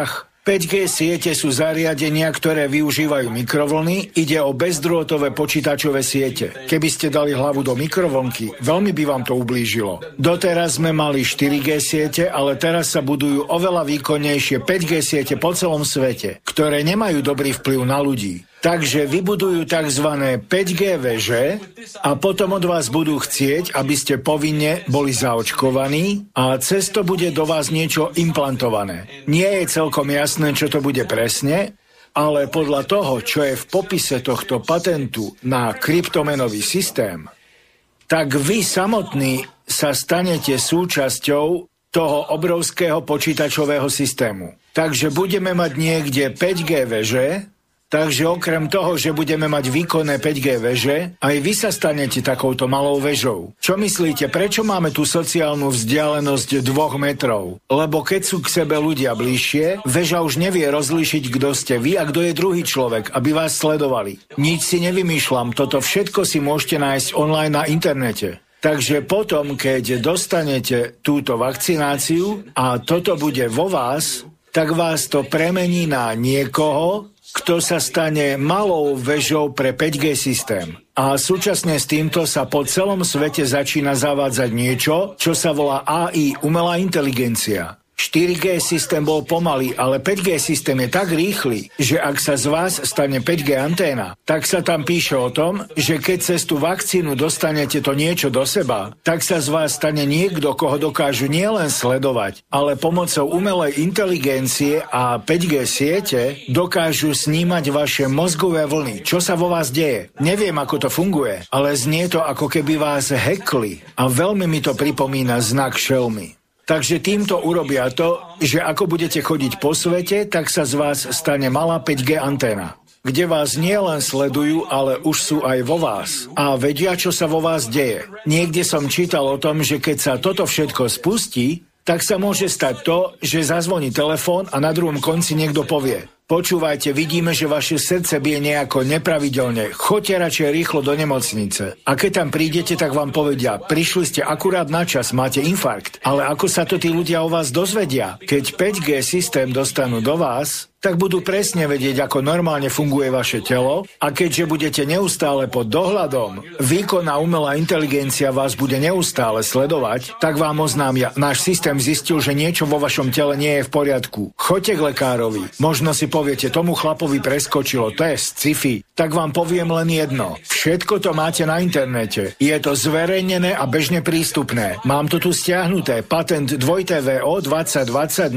5G siete sú zariadenia, ktoré využívajú mikrovlny. Ide o bezdrôtové počítačové siete. Keby ste dali hlavu do mikrovlnky, veľmi by vám to ublížilo. Doteraz sme mali 4G siete, ale teraz sa budujú oveľa výkonnejšie 5G siete po celom svete, ktoré nemajú dobrý vplyv na ľudí. Takže vybudujú tzv. 5G veže a potom od vás budú chcieť, aby ste povinne boli zaočkovaní a cez to bude do vás niečo implantované. Nie je celkom jasné, čo to bude presne, ale podľa toho, čo je v popise tohto patentu na kryptomenový systém, tak vy samotní sa stanete súčasťou toho obrovského počítačového systému. Takže budeme mať niekde 5G veže. Takže okrem toho, že budeme mať výkonné 5G veže, aj vy sa stanete takouto malou vežou. Čo myslíte, prečo máme tú sociálnu vzdialenosť 2 metrov? Lebo keď sú k sebe ľudia bližšie, veža už nevie rozlíšiť, kto ste vy a kto je druhý človek, aby vás sledovali. Nič si nevymýšľam, toto všetko si môžete nájsť online na internete. Takže potom, keď dostanete túto vakcináciu a toto bude vo vás, tak vás to premení na niekoho, kto sa stane malou vežou pre 5G systém. A súčasne s týmto sa po celom svete začína zavádzať niečo, čo sa volá AI, umelá inteligencia. 4G systém bol pomalý, ale 5G systém je tak rýchly, že ak sa z vás stane 5G anténa, tak sa tam píše o tom, že keď cez tú vakcínu dostanete to niečo do seba, tak sa z vás stane niekto, koho dokážu nielen sledovať, ale pomocou umelej inteligencie a 5G siete dokážu snímať vaše mozgové vlny. Čo sa vo vás deje? Neviem, ako to funguje, ale znie to, ako keby vás hackli a veľmi mi to pripomína znak šelmy. Takže týmto urobia to, že ako budete chodiť po svete, tak sa z vás stane malá 5G anténa, kde vás nielen sledujú, ale už sú aj vo vás a vedia, čo sa vo vás deje. Niekde som čítal o tom, že keď sa toto všetko spustí, tak sa môže stať to, že zazvoní telefón a na druhom konci niekto povie: počúvajte, vidíme, že vaše srdce bije nejako nepravidelne. Choďte radšej rýchlo do nemocnice. A keď tam prídete, tak vám povedia: prišli ste akurát na čas, máte infarkt. Ale ako sa to tí ľudia o vás dozvedia? Keď 5G systém dostanú do vás, tak budú presne vedieť, ako normálne funguje vaše telo, a keďže budete neustále pod dohľadom, výkonná umelá inteligencia vás bude neustále sledovať, tak vám oznámia: náš systém zistil, že niečo vo vašom tele nie je v poriadku. Choďte k lekárovi. Možno si poviete: tomu chlapovi preskočilo, to je sci-fi. Tak vám poviem len jedno: všetko to máte na internete. Je to zverejnené a bežne prístupné. Mám to tu stiahnuté. Patent 2TVO 2020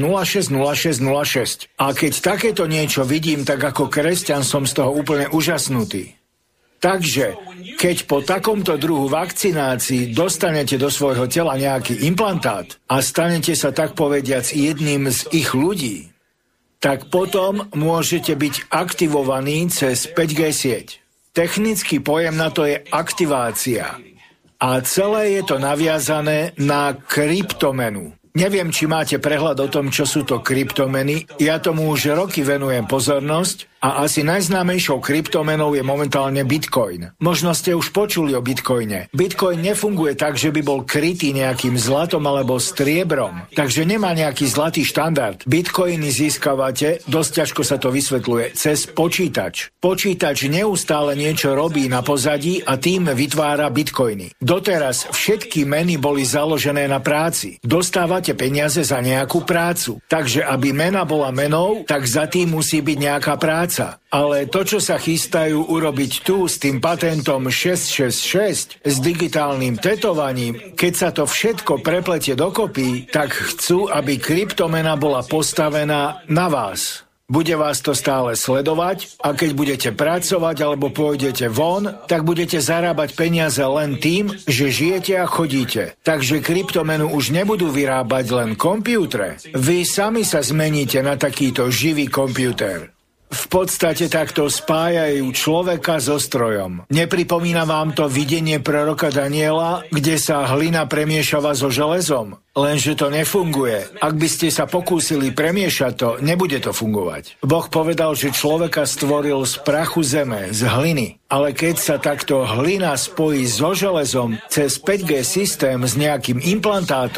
060606. A keď takéto niečo vidím, tak ako kresťan som z toho úplne úžasnutý. Takže, keď po takomto druhu vakcinácii dostanete do svojho tela nejaký implantát a stanete sa tak povediac jedným z ich ľudí, tak potom môžete byť aktivovaní cez 5G sieť. Technický pojem na to je aktivácia. A celé je to naviazané na kryptomenu. Neviem, či máte prehľad o tom, čo sú to kryptomeny. Ja tomu už roky venujem pozornosť a asi najznámejšou kryptomenou je momentálne Bitcoin. Možno ste už počuli o Bitcoine. Bitcoin nefunguje tak, že by bol krytý nejakým zlatom alebo striebrom, takže nemá nejaký zlatý štandard. Bitcoiny získavate, dosť ťažko sa to vysvetľuje, cez počítač. Počítač neustále niečo robí na pozadí a tým vytvára bitcoiny. Doteraz všetky meny boli založené na práci. Dostávate peniaze za nejakú prácu. Takže aby mena bola menou, tak za tým musí byť nejaká práca. Ale to, čo sa chystajú urobiť tu s tým patentom 666, s digitálnym tetovaním, keď sa to všetko prepletie dokopy, tak chcú, aby kryptomena bola postavená na vás. Bude vás to stále sledovať a keď budete pracovať alebo pôjdete von, tak budete zarábať peniaze len tým, že žijete a chodíte. Takže kryptomenu už nebudú vyrábať len kompútre. Vy sami sa zmeníte na takýto živý kompúter. V podstate takto spájajú človeka so strojom. Nepripomína vám to videnie proroka Daniela, kde sa hlina premiešava so železom? Lenže to nefunguje. Ak by ste sa pokúsili premiešať to, nebude to fungovať. Boh povedal, že človeka stvoril z prachu zeme, z hliny. Ale keď sa takto hlina spojí so železom cez 5G systém s nejakým implantátom,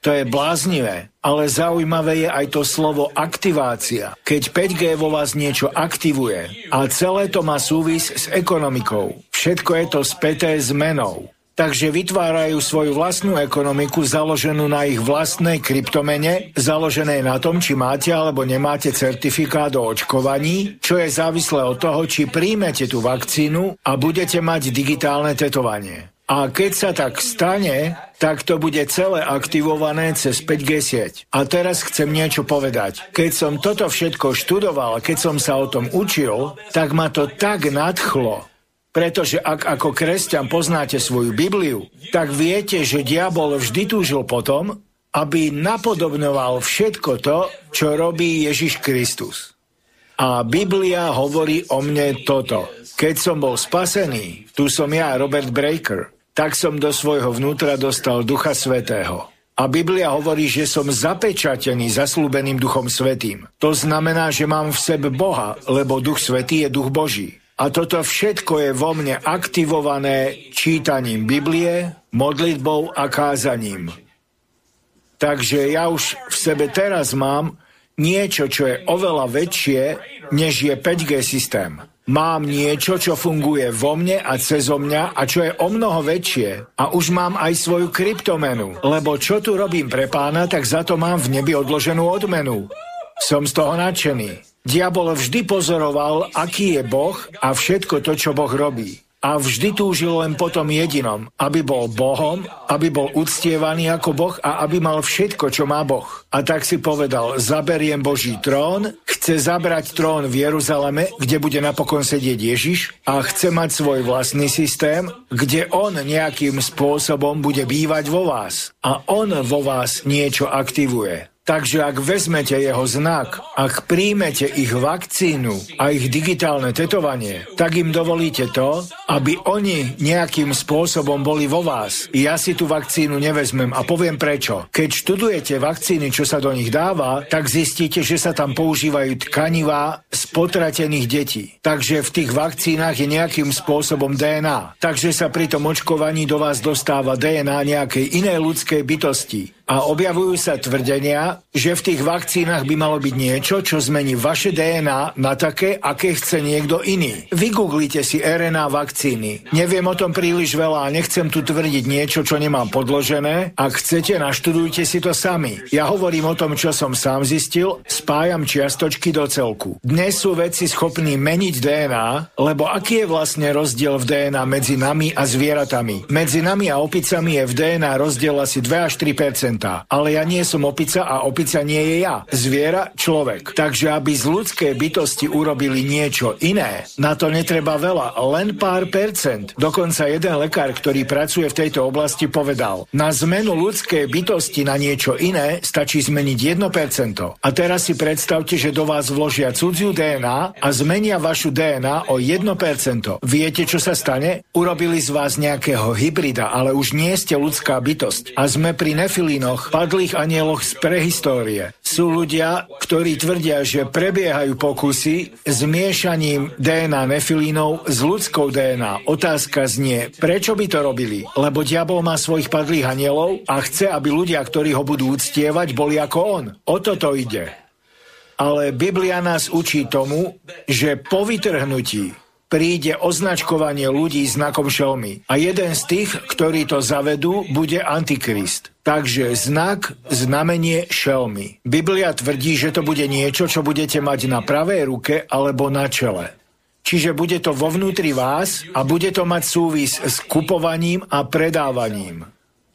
To je bláznivé, ale zaujímavé je aj to slovo aktivácia. Keď 5G vo vás niečo aktivuje a celé to má súvis s ekonomikou. Všetko je to späté s menou. Takže vytvárajú svoju vlastnú ekonomiku založenú na ich vlastnej kryptomene, založenej na tom, či máte alebo nemáte certifikát o očkovaní, čo je závislé od toho, či príjmete tú vakcínu a budete mať digitálne tetovanie. A keď sa tak stane, tak to bude celé aktivované cez 5G sieť. A teraz chcem niečo povedať. Keď som toto všetko študoval, keď som sa o tom učil, tak ma to tak nadchlo. Pretože ak ako kresťan poznáte svoju Bibliu, tak viete, že diabol vždy túžil potom, aby napodobňoval všetko to, čo robí Ježiš Kristus. A Biblia hovorí o mne toto. Keď som bol spasený, tu som ja, Robert Breaker, tak som do svojho vnútra dostal Ducha Svätého. A Biblia hovorí, že som zapečatený zasľúbeným Duchom Svätým. To znamená, že mám v sebe Boha, lebo Duch Svätý je Duch Boží. A toto všetko je vo mne aktivované čítaním Biblie, modlitbou a kázaním. Takže ja už v sebe teraz mám niečo, čo je oveľa väčšie, než je 5G systém. Mám niečo, čo funguje vo mne a cezo mňa a čo je o mnoho väčšie. A už mám aj svoju kryptomenu, lebo čo tu robím pre Pána, tak za to mám v nebi odloženú odmenu. Som z toho nadšený. Diabol vždy pozoroval, aký je Boh a všetko to, čo Boh robí. A vždy túžil len po tom jedinom, aby bol Bohom, aby bol uctievaný ako Boh a aby mal všetko, čo má Boh. A tak si povedal, zaberiem Boží trón, chce zabrať trón v Jeruzaleme, kde bude napokon sedieť Ježiš a chce mať svoj vlastný systém, kde on nejakým spôsobom bude bývať vo vás. A on vo vás niečo aktivuje. Takže ak vezmete jeho znak, ak príjmete ich vakcínu a ich digitálne tetovanie, tak im dovolíte to, aby oni nejakým spôsobom boli vo vás. Ja si tú vakcínu nevezmem a poviem prečo. Keď študujete vakcíny, čo sa do nich dáva, tak zistíte, že sa tam používajú tkanivá z potratených detí. Takže v tých vakcínach je nejakým spôsobom DNA. Takže sa pri tom očkovaní do vás dostáva DNA nejakej inej ľudskej bytosti. A objavujú sa tvrdenia, že v tých vakcínach by malo byť niečo, čo zmení vaše DNA na také, aké chce niekto iný. Vygooglite si RNA vakcíny. Neviem o tom príliš veľa a nechcem tu tvrdiť niečo, čo nemám podložené. Ak chcete, naštudujte si to sami. Ja hovorím o tom, čo som sám zistil, spájam čiastočky do celku. Dnes sú vedci schopní meniť DNA, lebo aký je vlastne rozdiel v DNA medzi nami a zvieratami? Medzi nami a opicami je v DNA rozdiel asi 2 až 3%. Ale ja nie som opica a opica nie je ja. Zviera, človek. Takže aby z ľudskej bytosti urobili niečo iné, na to netreba veľa, len pár percent. Dokonca jeden lekár, ktorý pracuje v tejto oblasti, povedal, na zmenu ľudskej bytosti na niečo iné stačí zmeniť 1%. A teraz si predstavte, že do vás vložia cudziu DNA a zmenia vašu DNA o 1%. Viete, čo sa stane? Urobili z vás nejakého hybrida, ale už nie ste ľudská bytosť. A sme pri nefilínoch, padlých anieloch z prehistórie. Sú ľudia, ktorí tvrdia, že prebiehajú pokusy s miešaním DNA nefilínov s ľudskou DNA. Otázka znie, prečo by to robili? Lebo diabol má svojich padlých anielov a chce, aby ľudia, ktorí ho budú uctievať, boli ako on. O toto ide. Ale Biblia nás učí tomu, že po vytrhnutí príde označkovanie ľudí znakom šelmy. A jeden z tých, ktorí to zavedú, bude Antikrist. Takže znak, znamenie šelmy. Biblia tvrdí, že to bude niečo, čo budete mať na pravej ruke alebo na čele. Čiže bude to vo vnútri vás a bude to mať súvis s kupovaním a predávaním.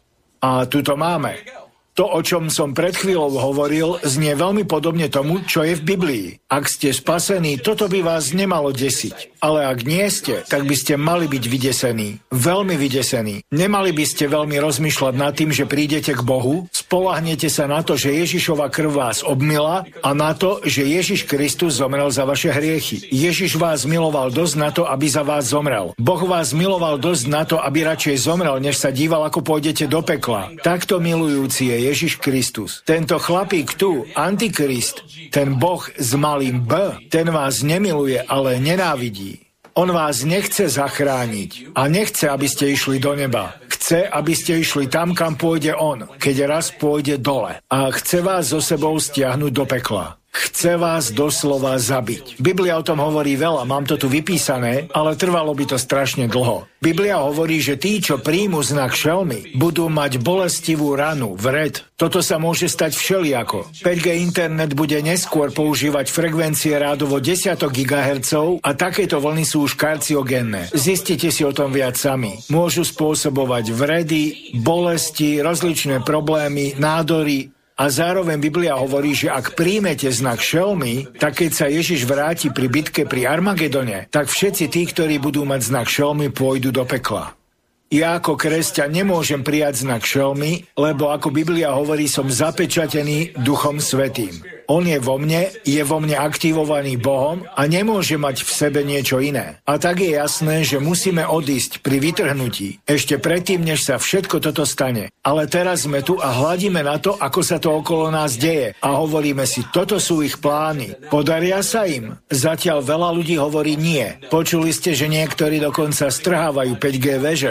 A tu to máme. To, o čom som pred chvíľou hovoril, znie veľmi podobne tomu, čo je v Biblii. Ak ste spasení, toto by vás nemalo desiť. Ale ak nie ste, tak by ste mali byť vydesení. Veľmi vydesení. Nemali by ste veľmi rozmýšľať nad tým, že prídete k Bohu, spolahnete sa na to, že Ježišova krv vás obmyla a na to, že Ježiš Kristus zomrel za vaše hriechy. Ježiš vás miloval dosť na to, aby za vás zomrel. Boh vás miloval dosť na to, aby radšej zomrel, než sa díval, ako pôjdete do pekla. Takto milujúci je Ježiš Kristus. Tento chlapík tu, Antikrist, ten Boh s malým B, ten vás nemiluje, ale nenávidí. On vás nechce zachrániť a nechce, aby ste išli do neba. Chce, aby ste išli tam, kam pôjde on, keď raz pôjde dole. A chce vás so sebou stiahnuť do pekla. Chce vás doslova zabiť. Biblia o tom hovorí veľa, mám to tu vypísané, ale trvalo by to strašne dlho. Biblia hovorí, že tí, čo príjmu znak šelmy, budú mať bolestivú ranu, vred. Toto sa môže stať všelijako. 5G internet bude neskôr používať frekvencie rádovo 10 GHz a takéto vlny sú už karcinogénne. Zistite si o tom viac sami. Môžu spôsobovať vredy, bolesti, rozličné problémy, nádory. A zároveň Biblia hovorí, že ak príjmete znak šelmy, tak keď sa Ježiš vráti pri bitke pri Armagedone, tak všetci tí, ktorí budú mať znak šelmy, pôjdu do pekla. Ja ako kresťan nemôžem prijať znak šelmy, lebo ako Biblia hovorí, som zapečatený Duchom Svätým. On je vo mne aktivovaný Bohom a nemôže mať v sebe niečo iné. A tak je jasné, že musíme odísť pri vytrhnutí, ešte predtým, než sa všetko toto stane. Ale teraz sme tu a hľadíme na to, ako sa to okolo nás deje a hovoríme si, toto sú ich plány. Podaria sa im? Zatiaľ veľa ľudí hovorí nie. Počuli ste, že niektorí dokonca strhávajú 5G veže.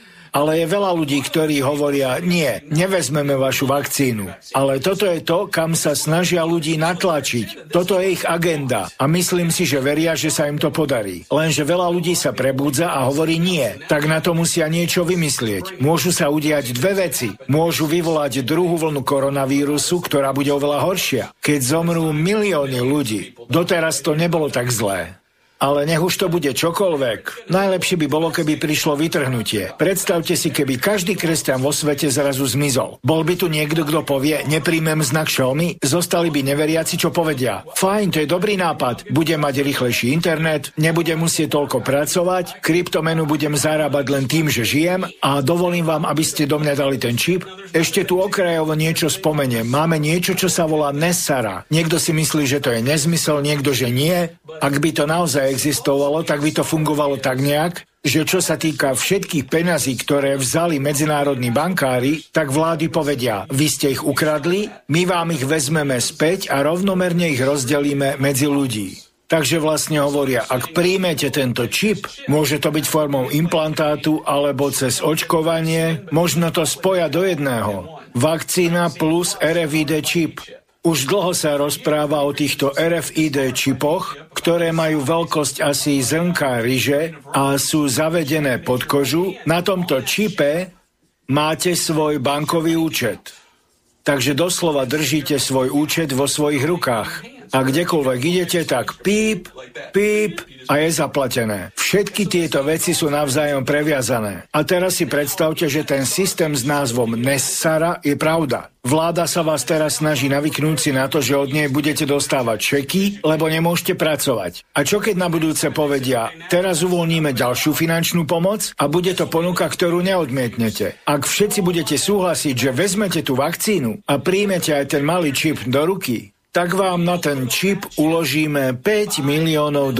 Ale je veľa ľudí, ktorí hovoria, nie, nevezmeme vašu vakcínu. Ale toto je to, kam sa snažia ľudí natlačiť. Toto je ich agenda. A myslím si, že veria, že sa im to podarí. Lenže veľa ľudí sa prebúdza a hovorí nie. Tak na to musia niečo vymyslieť. Môžu sa udiať dve veci. Môžu vyvolať druhú vlnu koronavírusu, ktorá bude oveľa horšia. Keď zomrú milióny ľudí. Doteraz to nebolo tak zlé. Ale nech už to bude čokoľvek, najlepšie by bolo, keby prišlo vytrhnutie. Predstavte si, keby každý kresťan vo svete zrazu zmizol. Bol by tu niekto, kto povie, nepríjmem znak šelmy? Zostali by neveriaci, čo povedia. Fajn, to je dobrý nápad. Budem mať rýchlejší internet, nebudem musieť toľko pracovať, kryptomenu budem zarábať len tým, že žijem a dovolím vám, aby ste do mňa dali ten čip. Ešte tu okrajovo niečo spomeniem. Máme niečo, čo sa volá NESARA. Niekto si myslí, že to je nezmysel, niekto, že nie. Ak by to naozaj existovalo, tak by to fungovalo tak nejak, že čo sa týka všetkých peňazí, ktoré vzali medzinárodní bankári, tak vlády povedia, vy ste ich ukradli, my vám ich vezmeme späť a rovnomerne ich rozdelíme medzi ľudí. Takže vlastne hovoria, ak príjmete tento čip, môže to byť formou implantátu alebo cez očkovanie, možno to spoja do jedného. Vakcína plus RFID čip. Už dlho sa rozpráva o týchto RFID čipoch, ktoré majú veľkosť asi zrnka ryže a sú zavedené pod kožu. Na tomto čipe máte svoj bankový účet. Takže doslova držíte svoj účet vo svojich rukách. A kdekoľvek idete, tak píp, píp a je zaplatené. Všetky tieto veci sú navzájom previazané. A teraz si predstavte, že ten systém s názvom NESARA je pravda. Vláda sa vás teraz snaží navyknúť si na to, že od nej budete dostávať čeky, lebo nemôžete pracovať. A čo keď na budúce povedia, teraz uvoľníme ďalšiu finančnú pomoc a bude to ponuka, ktorú neodmietnete. Ak všetci budete súhlasiť, že vezmete tú vakcínu a príjmete aj ten malý čip do ruky, tak vám na ten čip uložíme $5 miliónov.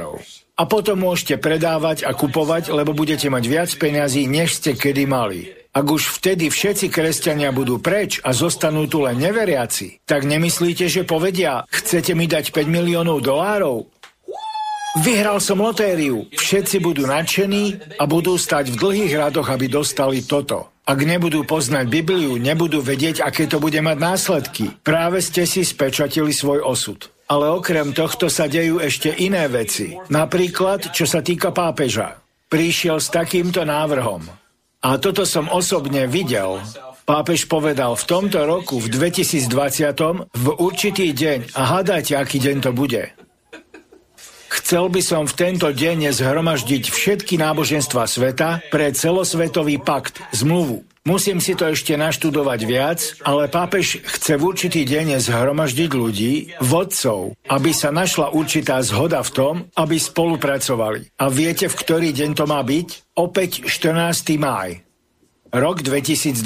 A potom môžete predávať a kupovať, lebo budete mať viac peňazí, než ste kedy mali. Ak už vtedy všetci kresťania budú preč a zostanú tu len neveriaci, tak nemyslíte, že povedia, chcete mi dať $5 miliónov? Vyhral som lotériu. Všetci budú nadšení a budú stať v dlhých radoch, aby dostali toto. Ak nebudú poznať Bibliu, nebudú vedieť, aké to bude mať následky. Práve ste si spečatili svoj osud. Ale okrem tohto sa dejú ešte iné veci. Napríklad, čo sa týka pápeža. Prišiel s takýmto návrhom. A toto som osobne videl. Pápež povedal, v tomto roku, v 2020, v určitý deň, a hádajte, aký deň to bude. Chcel by som v tento deň zhromaždiť všetky náboženstva sveta pre celosvetový pakt, zmluvu. Musím si to ešte naštudovať viac, ale pápež chce v určitý deň zhromaždiť ľudí, vodcov, aby sa našla určitá zhoda v tom, aby spolupracovali. A viete, v ktorý deň to má byť? Opäť 14. máj, rok 2020.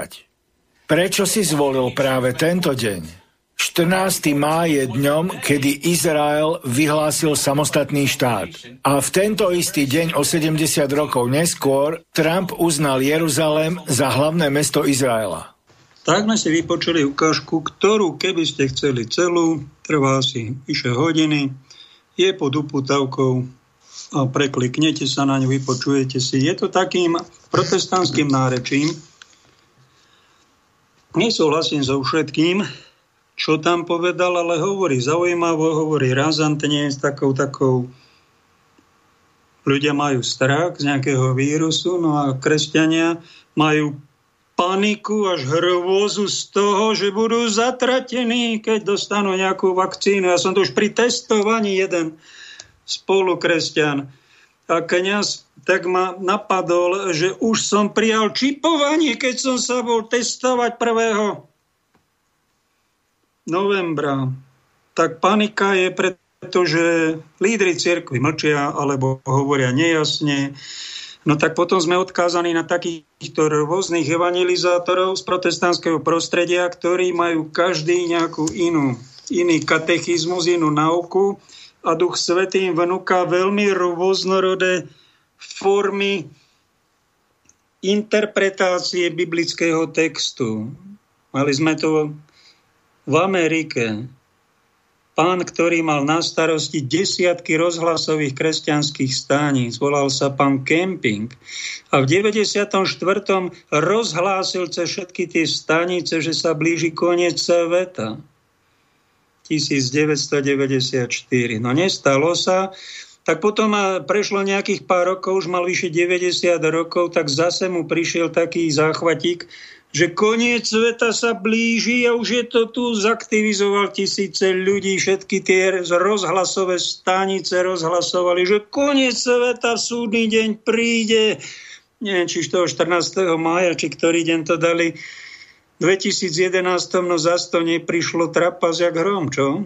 Prečo si zvolil práve tento deň? 14. máj je dňom, kedy Izrael vyhlásil samostatný štát. A v tento istý deň o 70 rokov neskôr Trump uznal Jeruzalém za hlavné mesto Izraela. Tak sme si vypočuli ukážku, ktorú, keby ste chceli celú, trvá asi vyše hodiny, je pod upútavkou a prekliknete sa na ňu, vypočujete si. Je to takým protestantským nárečím. Nesúhlasím so všetkým, čo tam povedal, ale hovorí zaujímavo, hovorí razantne, s takou ľudia majú strach z nejakého vírusu, no a kresťania majú paniku až hrôzu z toho, že budú zatratení, keď dostanú nejakú vakcínu. Ja som to už pri testovaní jeden spolukresťan a kňaz tak ma napadol, že už som prijal čipovanie, keď som sa bol testovať 1. novembra. Tak panika je, pretože lídri cirkvi mlčia alebo hovoria nejasne. No tak potom sme odkázaní na takýchto rôznych evangelizátorov z protestantského prostredia, ktorí majú každý nejakú iný katechizmus, inú nauku a Duch Svätý im vnúka veľmi rôznorodé formy interpretácie biblického textu. Mali sme to v Amerike. Pán, ktorý mal na starosti desiatky rozhlasových kresťanských staníc, volal sa pán Kemping. A v 94. rozhlásil cez všetky tie stanice, že sa blíži koniec sveta. 1994. No nestalo sa. Tak potom prešlo nejakých pár rokov, už mal vyše 90 rokov, tak zase mu prišiel taký záchvatík, že koniec sveta sa blíži a už je to tu, zaktivizoval tisíce ľudí, všetky tie rozhlasové stanice rozhlasovali, že koniec sveta, súdny deň príde. Neviem, či toho 14. mája, či ktorý deň to dali. V 2011, no zas to neprišlo trapas jak hrom, čo?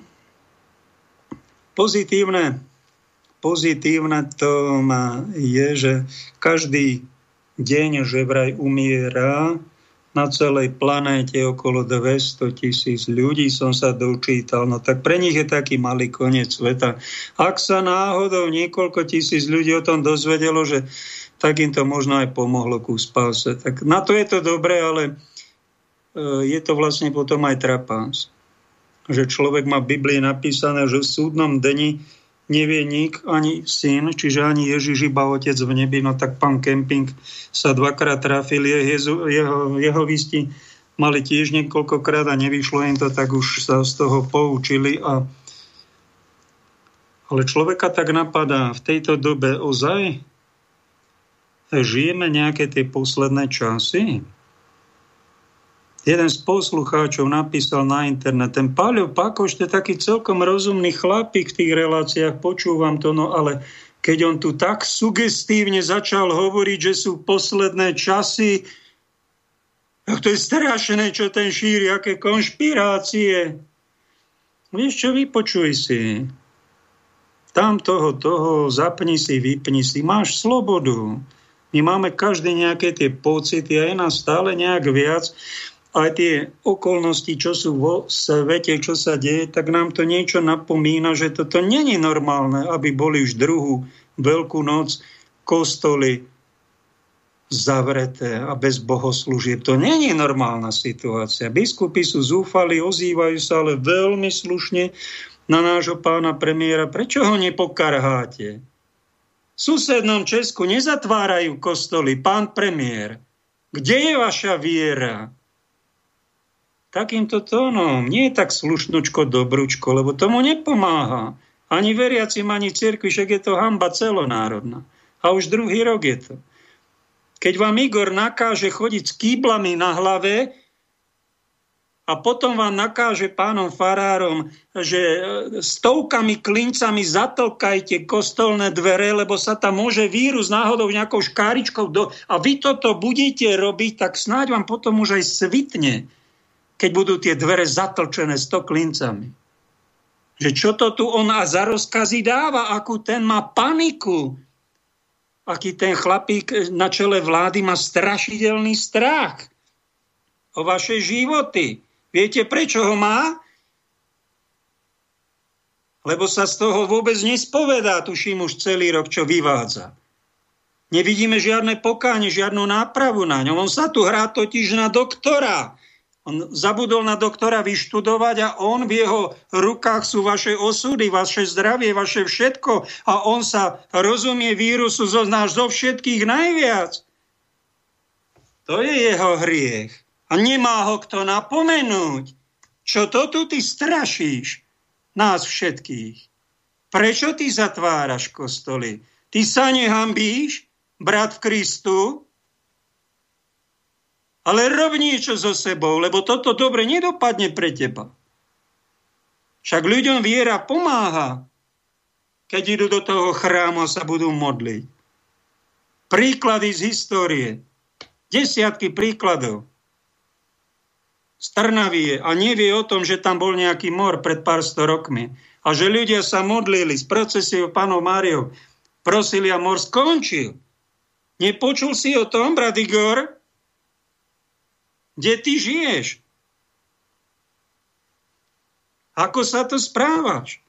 Pozitívne to je, že každý deň, že vraj umiera na celej planéte okolo 200,000 ľudí, som sa dočítal. No tak pre nich je taký malý koniec sveta. Ak sa náhodou niekoľko tisíc ľudí o tom dozvedelo, že tak im to možno aj pomohlo ku spáse. Tak na to je to dobré, ale je to vlastne potom aj trapás. Že človek má v Biblii napísané, že v súdnom dni nevie nik, ani syn, čiže ani Ježiš, iba Otec v nebi. No tak pán Kemping sa dvakrát trafil, jeho visti mali tiež niekoľkokrát a nevyšlo im to, tak už sa z toho poučili. Ale človeka tak napadá, v tejto dobe ozaj žijeme nejaké tie posledné časy. Jeden z poslucháčov napísal na internet, ten Páľo Pakoš, to je taký celkom rozumný chlapík v tých reláciách, počúvam to, no ale keď on tu tak sugestívne začal hovoriť, že sú posledné časy, tak to je strašné, čo ten šíri, aké konšpirácie. Vieš čo, vypočuj si. Tam toho, zapni si, vypni si, máš slobodu. My máme každý nejaké tie pocity a je nás stále nejak viac. Aj tie okolnosti, čo sú vo svete, čo sa deje, tak nám to niečo napomína, že toto nie je normálne, aby boli už druhú Veľkú noc kostoly zavreté a bez bohoslúžieb. To nie je normálna situácia. Biskupy sú zúfali, ozývajú sa, ale veľmi slušne na nášho pána premiéra. Prečo ho nepokarháte? V susednom Česku nezatvárajú kostoly, pán premiér. Kde je vaša viera? Takýmto tónom. Nie je tak slušnučko, dobrúčko, lebo tomu nepomáha. Ani veriacim, ani cirkvi, však je to hanba celonárodná. A už druhý rok je to. Keď vám Igor nakáže chodiť s kýblami na hlave a potom vám nakáže pánom farárom, že stovkami klincami zatlkajte kostolné dvere, lebo sa tam môže vírus náhodou nejakou škáričkou a vy toto budete robiť, tak snáď vám potom už aj svitne, keď budú tie dvere zatlčené 100 klincami. Že čo to tu on za rozkazy dáva, akú ten má paniku, aký ten chlapík na čele vlády má strašidelný strach o vaše životy. Viete, prečo ho má? Lebo sa z toho vôbec nespovedá, tuším už celý rok, čo vyvádza. Nevidíme žiadne pokánie, žiadnu nápravu na ňom. On sa tu hrá totiž na doktora. On zabudol na doktora vyštudovať a on v jeho rukách sú vaše osudy, vaše zdravie, vaše všetko a on sa rozumie vírusu zo všetkých najviac. To je jeho hriech. A nemá ho kto napomenúť. Čo to tu ty strašíš nás všetkých? Prečo ty zatváraš kostoly? Ty sa nehambíš, brat v Kristu? Ale rob niečo so sebou, lebo toto dobre nedopadne pre teba. Však ľuďom viera pomáha, keď idú do toho chrámu a sa budú modliť. Príklady z histórie. Desiatky príkladov. Z Trnavy a nevie o tom, že tam bol nejaký mor pred pár sto rokmi. A že ľudia sa modlili s procesiou Pánou Máriou. Prosili a mor skončil. Nepočul si o tom, brat Igor? Kde ty žiješ? Ako sa to správaš?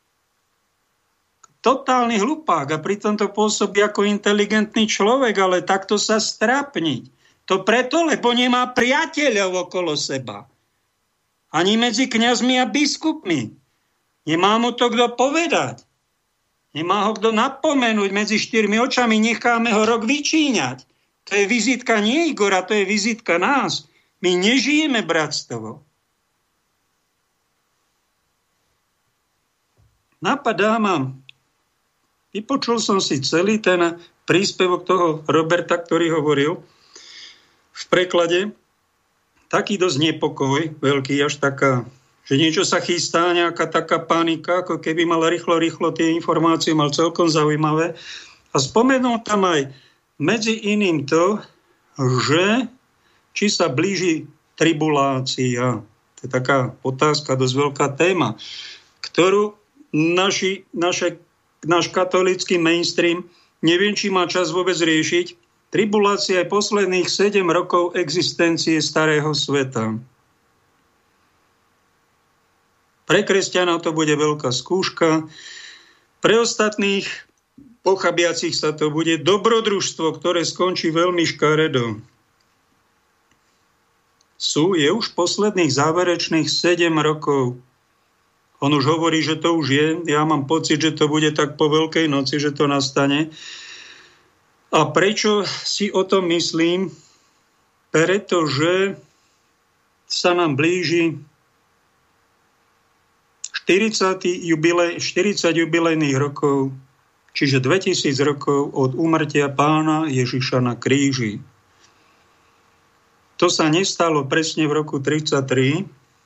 Totálny hlupák a pritom to pôsobí ako inteligentný človek, ale takto sa strápniť. To preto, lebo nemá priateľov okolo seba. Ani medzi kňazmi a biskupmi. Nemá mu to kto povedať. Nemá ho kto napomenúť medzi štyrmi očami, necháme ho rok vyčíňať. To je vizitka nie Igora, to je vizitka nás. My nežijeme bratstvo. Napadá ma, vypočul som si celý ten príspevok toho Roberta, ktorý hovoril v preklade, taký dosť nepokoj, veľký, až taká, že niečo sa chystá, nejaká taká panika, ako keby mal rýchlo tie informácie, mal celkom zaujímavé. A spomenul tam aj medzi iným to, že či sa blíži tribulácia. To je taká otázka, dosť veľká téma, ktorú náš katolícky mainstream neviem, či má čas vôbec riešiť. Tribulácia je posledných 7 rokov existencie starého sveta. Pre kresťanov to bude veľká skúška. Pre ostatných pochabiacich sa to bude dobrodružstvo, ktoré skončí veľmi škaredo. Je už posledných záverečných 7 rokov. On už hovorí, že to už je. Ja mám pocit, že to bude tak po Veľkej noci, že to nastane. A prečo si o tom myslím? Pretože sa nám blíži 40 jubilejných rokov, čiže 2000 rokov od úmrtia Pána Ježiša na kríži. To sa nestalo presne v roku 1933.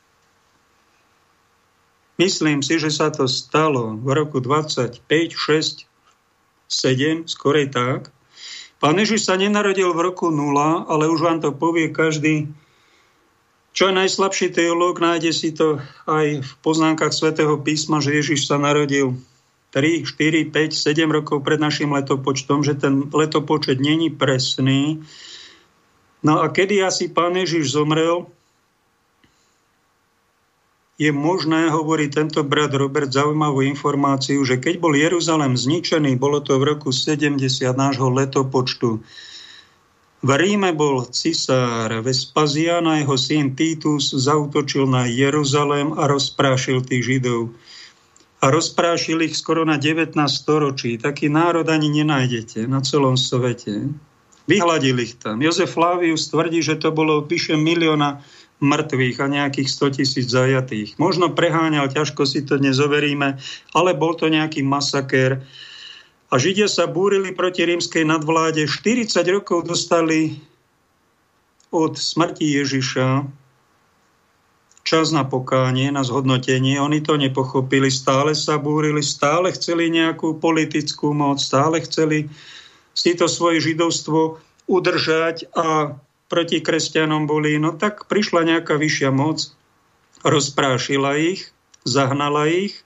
Myslím si, že sa to stalo v roku 25, 6, 7, skorej tak. Pán Ježiš sa nenarodil v roku 0, ale už vám to povie každý, čo je najslabší teológ, nájde si to aj v poznámkach Svätého písma, že Ježiš sa narodil 3, 4, 5, 7 rokov pred našim letopočtom, že ten letopočet není presný. No a kedy asi Pán Ježiš zomrel, je možné, hovorí tento brat Robert, zaujímavú informáciu, že keď bol Jeruzalém zničený, bolo to v roku 70 nášho letopočtu. V Ríme bol cisár Vespasián a jeho syn Titus zaútočil na Jeruzalém a rozprášil tých Židov. A rozprášil ich skoro na 19 storočí. Taký národ ani nenájdete na celom svete. Vyhladil ich tam. Jozef Flavius tvrdí, že to bolo vyše 1 milióna mŕtvych a nejakých 100 000 zajatých. Možno preháňal, ťažko si to dnes overíme, ale bol to nejaký masakér. A Židia sa búrili proti rímskej nadvláde. 40 rokov dostali od smrti Ježiša čas na pokánie, na zhodnotenie. Oni to nepochopili, stále sa búrili, stále chceli nejakú politickú moc, stále chceli si to svoje židovstvo udržať a proti kresťanom boli. No tak prišla nejaká vyššia moc, rozprášila ich, zahnala ich.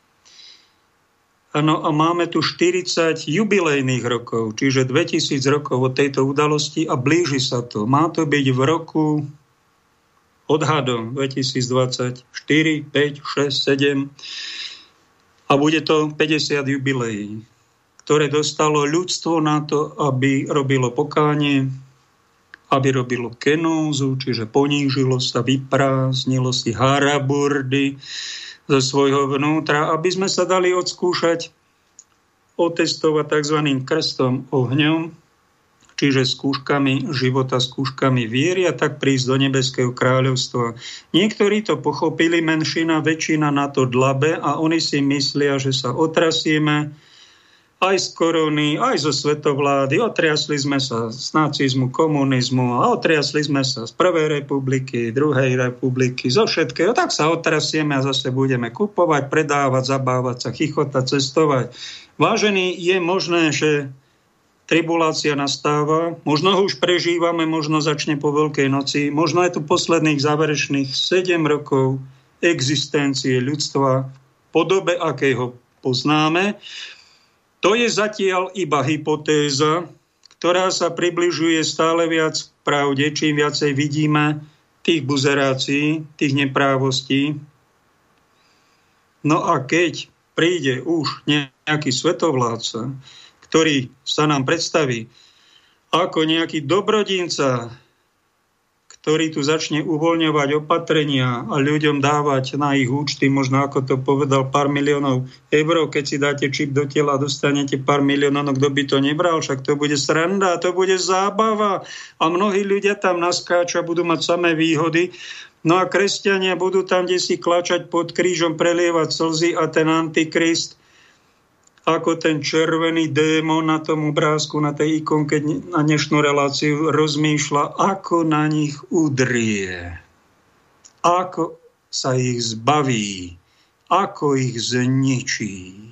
No a máme tu 40 jubilejných rokov, čiže 2000 rokov od tejto udalosti a blíži sa to. Má to byť v roku odhadom 2024, 5, 6, 7 a bude to 50 jubilejí, ktoré dostalo ľudstvo na to, aby robilo pokánie, aby robilo kenózu, čiže ponížilo sa, vyprázdnilo si haraburdy zo svojho vnútra, aby sme sa dali odskúšať, otestovať tzv. Krstom ohňom, čiže skúškami života, skúškami viery a tak prísť do nebeského kráľovstva. Niektorí to pochopili, menšina, väčšina na to dlabe a oni si myslia, že sa otrasieme aj z korony, aj zo svetovlády. Otriasli sme sa z nacizmu, komunizmu a otriasli sme sa z prvej republiky, druhej republiky, zo všetkého. Tak sa otrasieme a zase budeme kupovať, predávať, zabávať sa, chichotať, cestovať. Vážení, je možné, že tribulácia nastáva, možno ho už prežívame, možno začne po Veľkej noci, možno je tu posledných záverečných 7 rokov existencie ľudstva v podobe, akej ho poznáme. To je zatiaľ iba hypotéza, ktorá sa približuje stále viac k pravde, čím viacej vidíme tých buzerácií, tých neprávostí. No a keď príde už nejaký svetovládca, ktorý sa nám predstaví ako nejaký dobrodinca, ktorý tu začne uvoľňovať opatrenia a ľuďom dávať na ich účty, možno ako to povedal, pár miliónov eur, keď si dáte čip do tela, dostanete pár miliónov, no kto by to nebral, však to bude sranda, to bude zábava a mnohí ľudia tam naskáču a budú mať samé výhody. No a kresťania budú tam, kde si klačať pod krížom, prelievať slzy a ten antikrist ako ten červený démon na tom obrázku, na tej ikonke na dnešnú reláciu rozmýšľa, ako na nich udrie, ako sa ich zbaví, ako ich zničí.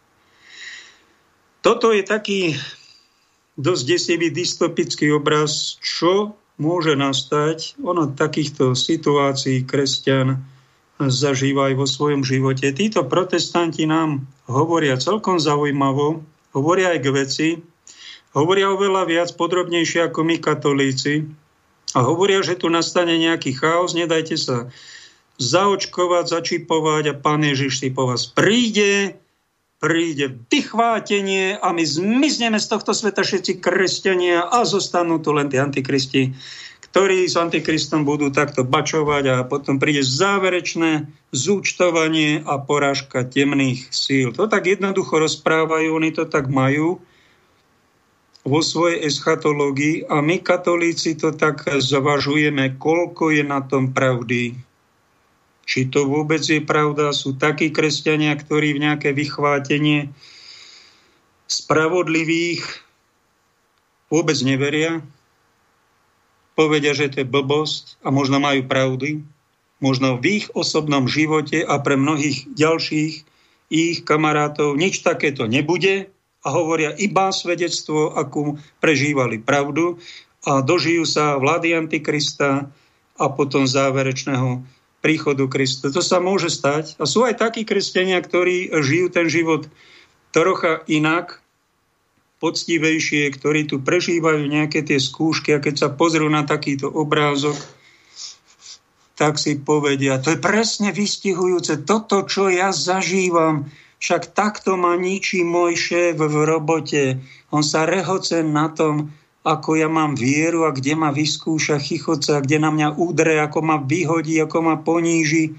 Toto je taký dosť desivý dystopický obraz, čo môže nastať. Ono takýchto situácií kresťan zažíva aj vo svojom živote. Títo protestanti nám hovoria celkom zaujímavo, hovoria aj k veci, hovoria oveľa viac, podrobnejšie ako my katolíci a hovoria, že tu nastane nejaký chaos, nedajte sa zaočkovať, začipovať a Pán Ježiš si po vás príde vychvátenie a my zmizneme z tohto sveta všetci kresťania a zostanú tu len tí antikristi, ktorí s antikristom budú takto bačovať a potom príde záverečné zúčtovanie a porážka temných síl. To tak jednoducho rozprávajú, oni to tak majú vo svojej eschatológii a my katolíci to tak zvažujeme, koľko je na tom pravdy. Či to vôbec je pravda? Sú takí kresťania, ktorí v nejaké vychvátenie spravodlivých vôbec neveria, povedia, že to je blbosť a možno majú pravdy. Možno v ich osobnom živote a pre mnohých ďalších ich kamarátov nič takéto nebude a hovoria iba svedectvo, akú prežívali pravdu a dožijú sa vlády Antikrista a potom záverečného príchodu Krista. To sa môže stať. A sú aj takí kresťania, ktorí žijú ten život trocha inak, poctivejšie, ktorí tu prežívajú nejaké tie skúšky a keď sa pozrú na takýto obrázok, tak si povedia, to je presne vystihujúce toto, čo ja zažívam. Však takto ma ničí môj šéf v robote. On sa rehoce na tom, ako ja mám vieru a kde ma vyskúša, chichoca, kde na mňa udre, ako ma vyhodí, ako ma poníži.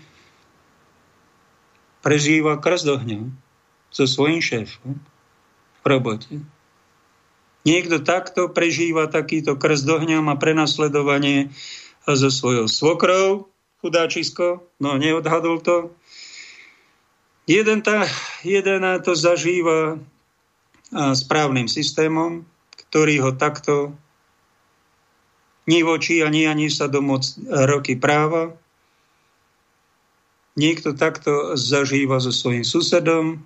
Prežíva krst ohňa so svojím šéfom v robote. Niekto takto prežíva takýto krst ohňom a prenasledovanie so svojou svokrou, chudáčisko, no neodhadol to. Jeden to zažíva správnym systémom, ktorý ho takto nivočí a ani sa domoc roky práva. Niekto takto zažíva so svojím susedom,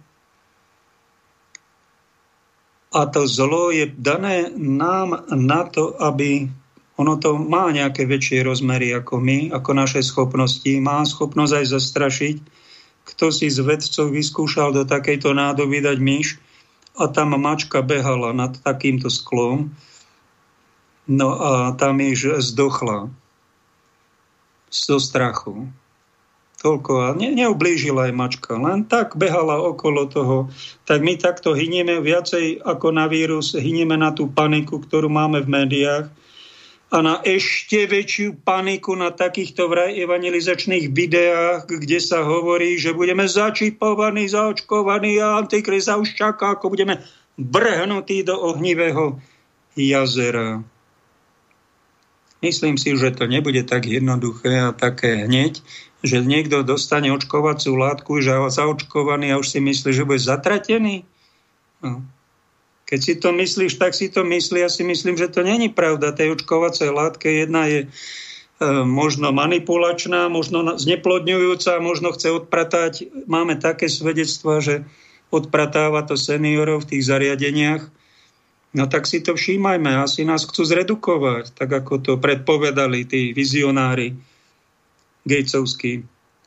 a to zlo je dané nám na to, aby ono to má nejaké väčšie rozmery ako my, ako naše schopnosti. Má schopnosť aj zastrašiť. Kto si z vedcov vyskúšal do takejto nádoby dať myš a tam mačka behala nad takýmto sklom, no a tá myš zdochla zo strachu. Toľko a neublížila aj mačka, len tak behala okolo toho. Tak my takto hynieme viacej ako na vírus, hynieme na tú paniku, ktorú máme v médiách a na ešte väčšiu paniku na takýchto vraj evangelizačných videách, kde sa hovorí, že budeme začipovaní, zaočkovaní a Antikrist sa už čaká, ako budeme vrhnutí do ohnivého jazera. Myslím si, že to nebude tak jednoduché a také hneď, že niekto dostane očkovacú látku, že je zaočkovaný a už si myslí, že bude zatratený. No. Keď si to myslíš, tak si to myslí. Ja si myslím, že to není pravda. Tej očkovacej látke jedna je možno manipulačná, možno zneplodňujúca, možno chce odpratať. Máme také svedectvá, že odpratáva to seniorov v tých zariadeniach. No tak si to všímajme. Asi nás chcú zredukovať, tak ako to predpovedali tí vizionári Gatesovskí.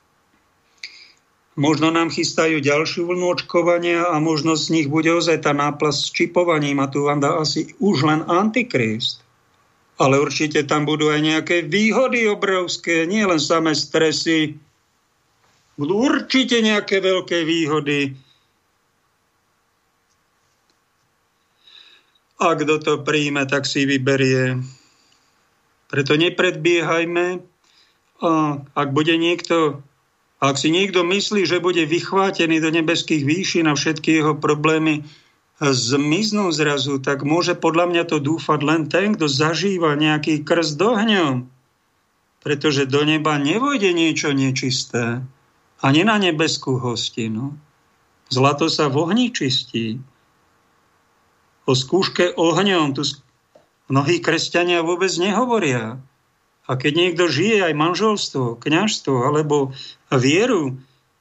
Možno nám chystajú ďalšiu vlnu očkovania a možno z nich bude ozaj tá náplasť s čipovaním a tu vám dá asi už len Antikrist. Ale určite tam budú aj nejaké výhody obrovské, nie len samé stresy. Budú určite nejaké veľké výhody. A kto to príjme, tak si vyberie. Preto nepredbiehajme. A ak bude niekto... Ak si niekto myslí, že bude vychvátený do nebeských výšin a všetky jeho problémy zmiznú zrazu, tak môže podľa mňa to dúfať len ten, kto zažíva nejaký krst ohňom. Pretože do neba nevojde niečo nečisté. Ani na nebeskú hostinu. Zlato sa v ohni čistí. O skúške ohňom tu mnohí kresťania vôbec nehovoria. A keď niekto žije aj manželstvo, kňazstvo alebo vieru,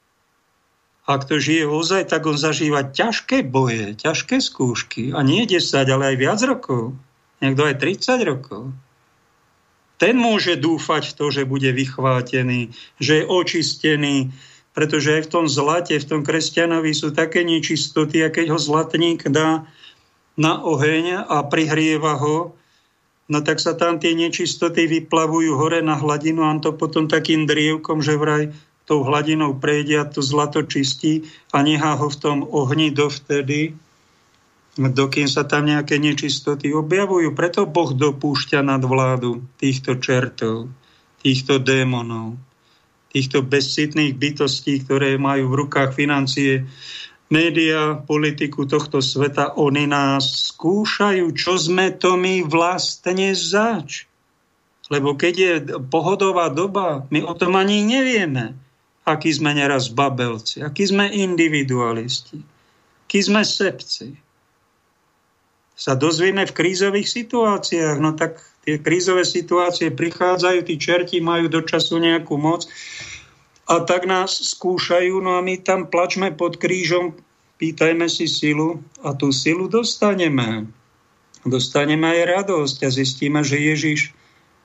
ak to žije ozaj, tak on zažíva ťažké boje, ťažké skúšky. A nie 10, ale aj viac rokov. Niekto aj 30 rokov. Ten môže dúfať v to, že bude vychvátený, že je očistený, pretože aj v tom zlate, v tom kresťanovi sú také nečistoty, a keď ho zlatník dá na oheň a prihrieva ho, no tak sa tam tie nečistoty vyplavujú hore na hladinu a on to potom takým drievkom, že vraj tou hladinou prejde a to zlato čistí a nechá ho v tom ohni dovtedy, dokým sa tam nejaké nečistoty objavujú. Preto Boh dopúšťa nadvládu týchto čertov, týchto démonov, týchto bezcitných bytostí, ktoré majú v rukách financie, média, politiku tohto sveta. Oni nás skúšajú, čo sme to my vlastne zač. Lebo keď je pohodová doba, my o tom ani nevieme, akí sme neraz babelci, akí sme individualisti, akí sme sebci. Sa dozvieme v krízových situáciách, no tak tie krízové situácie prichádzajú, tí čerti majú do času nejakú moc a tak nás skúšajú, no a my tam plačme pod krížom, pýtajme si silu a tú silu dostaneme. Dostaneme aj radosť a zistíme, že Ježiš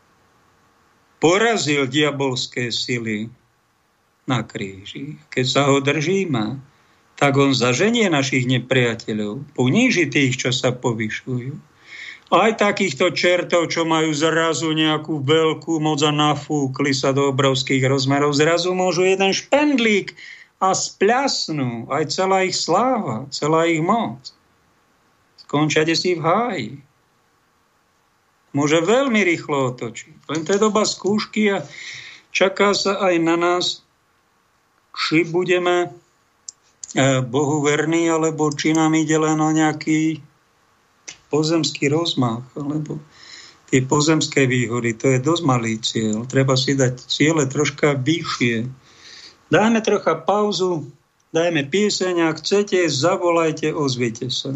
porazil diabolské sily na kríži. Keď sa ho držíme, tak on zaženie našich nepriateľov, poníži tých, čo sa povyšujú. Aj takýchto čertov, čo majú zrazu nejakú veľkú moc a nafúkli sa do obrovských rozmerov, zrazu môžu jeden špendlík a spľasnú aj celá ich sláva, celá ich moc. Skončia si v háji. Môže veľmi rýchlo otočiť. Len to je doba skúšky a čaká sa aj na nás, či budeme Bohu verní, alebo či nám ide len o nejaký pozemský rozmach, alebo tie pozemské výhody. To je dosť malý cieľ. Treba si dať ciele troška vyššie. Dajme trocha pauzu, dajme pieseň, ak chcete, zavolajte, ozvite sa.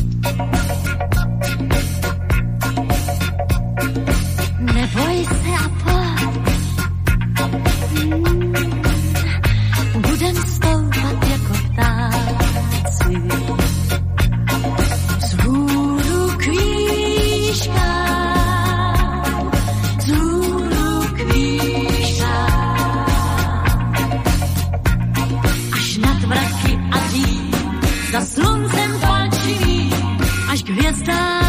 Neboj se a pojď. Budem stoupat jako ptáci. Vzhůru k výškám, vzhůru k výškám. Až nad mraky a dým, za sluncem palčivým, až k hvězdám.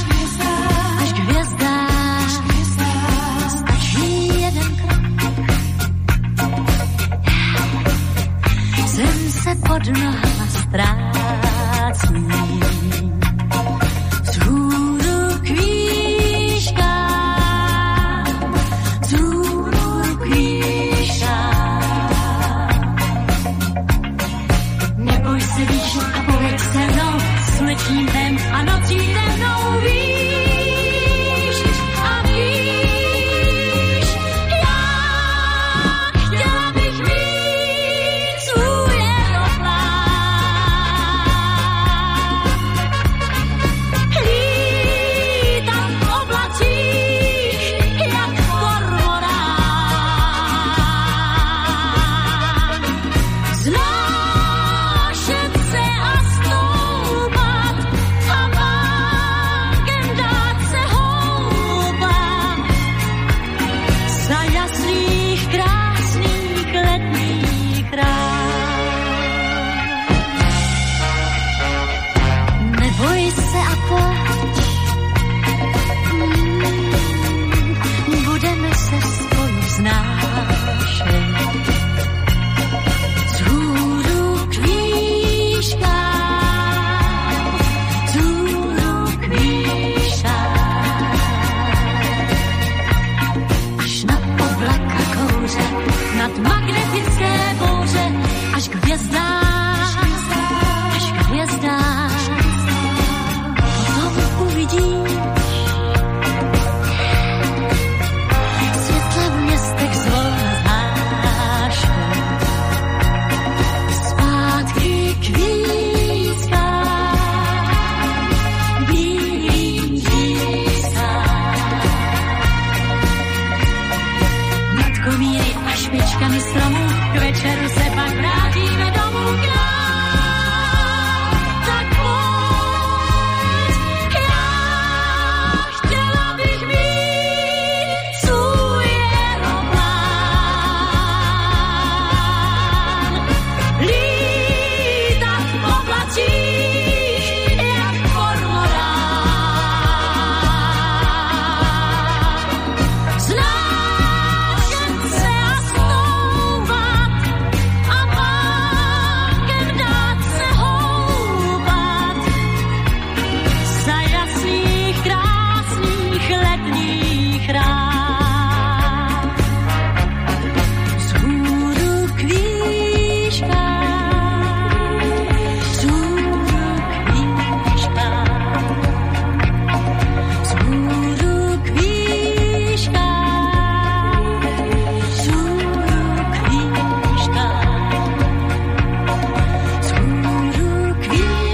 Pod nohama ztrácím. Vzhůru k výškám, letím dnem a nocí jde mnou výš a výš. Já chtěla bych mít svůj aeroplán, lítat v oblacích jak kormorán, znášet se a stoupat a vágem dát se houpat za jasných krásných letních rád. Neboj se a pojď, budeme se spolu vznášet vzhůru k výškám, vzhůru k výškám, až nad oblaka kouře, nad magnetické bouře, až k hvězdám, až k hvězdám. Potom uvidíš světle v městech zvon znášet, zpátky k výzkám, bílým řízkám. Nad komíry a špičkami stromů k večeru se pak vrátíme domů k nám. Tak pojď, já chtěla bych mít svůj aeroplán, lítat v oblacích jak kormorán, znášet se a stoupat a vágem dát se houpat za jasných krásných letních rád. Vzhůru k výškám, vzhůru k výškám, vzhůru k výškám, vzhůru k výškám, vzhůru k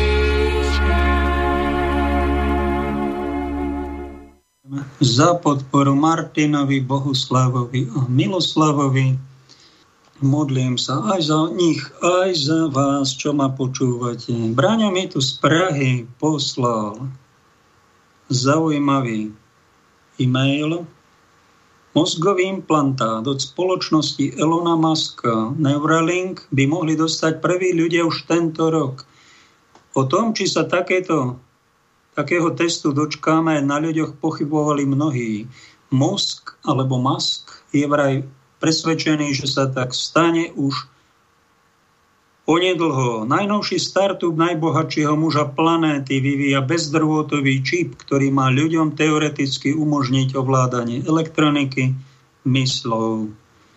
výškám. Za podporu Martinovi, Bohuslavovi a Miloslavovi. Modlím sa aj za nich, aj za vás, čo ma počúvate. Braňo mi tu z Prahy poslal zaujímavý e-mail. Mozgový implantát od spoločnosti Elona Muska Neuralink by mohli dostať prví ľudia už tento rok. O tom, či sa takého testu dočkáme, na ľuďoch pochybovali mnohí. Musk alebo Musk je vraj presvedčený, že sa tak stane už onedlho. Najnovší startup najbohatšieho muža planéty vyvíja bezdrôtový čip, ktorý má ľuďom teoreticky umožniť ovládanie elektroniky myslou.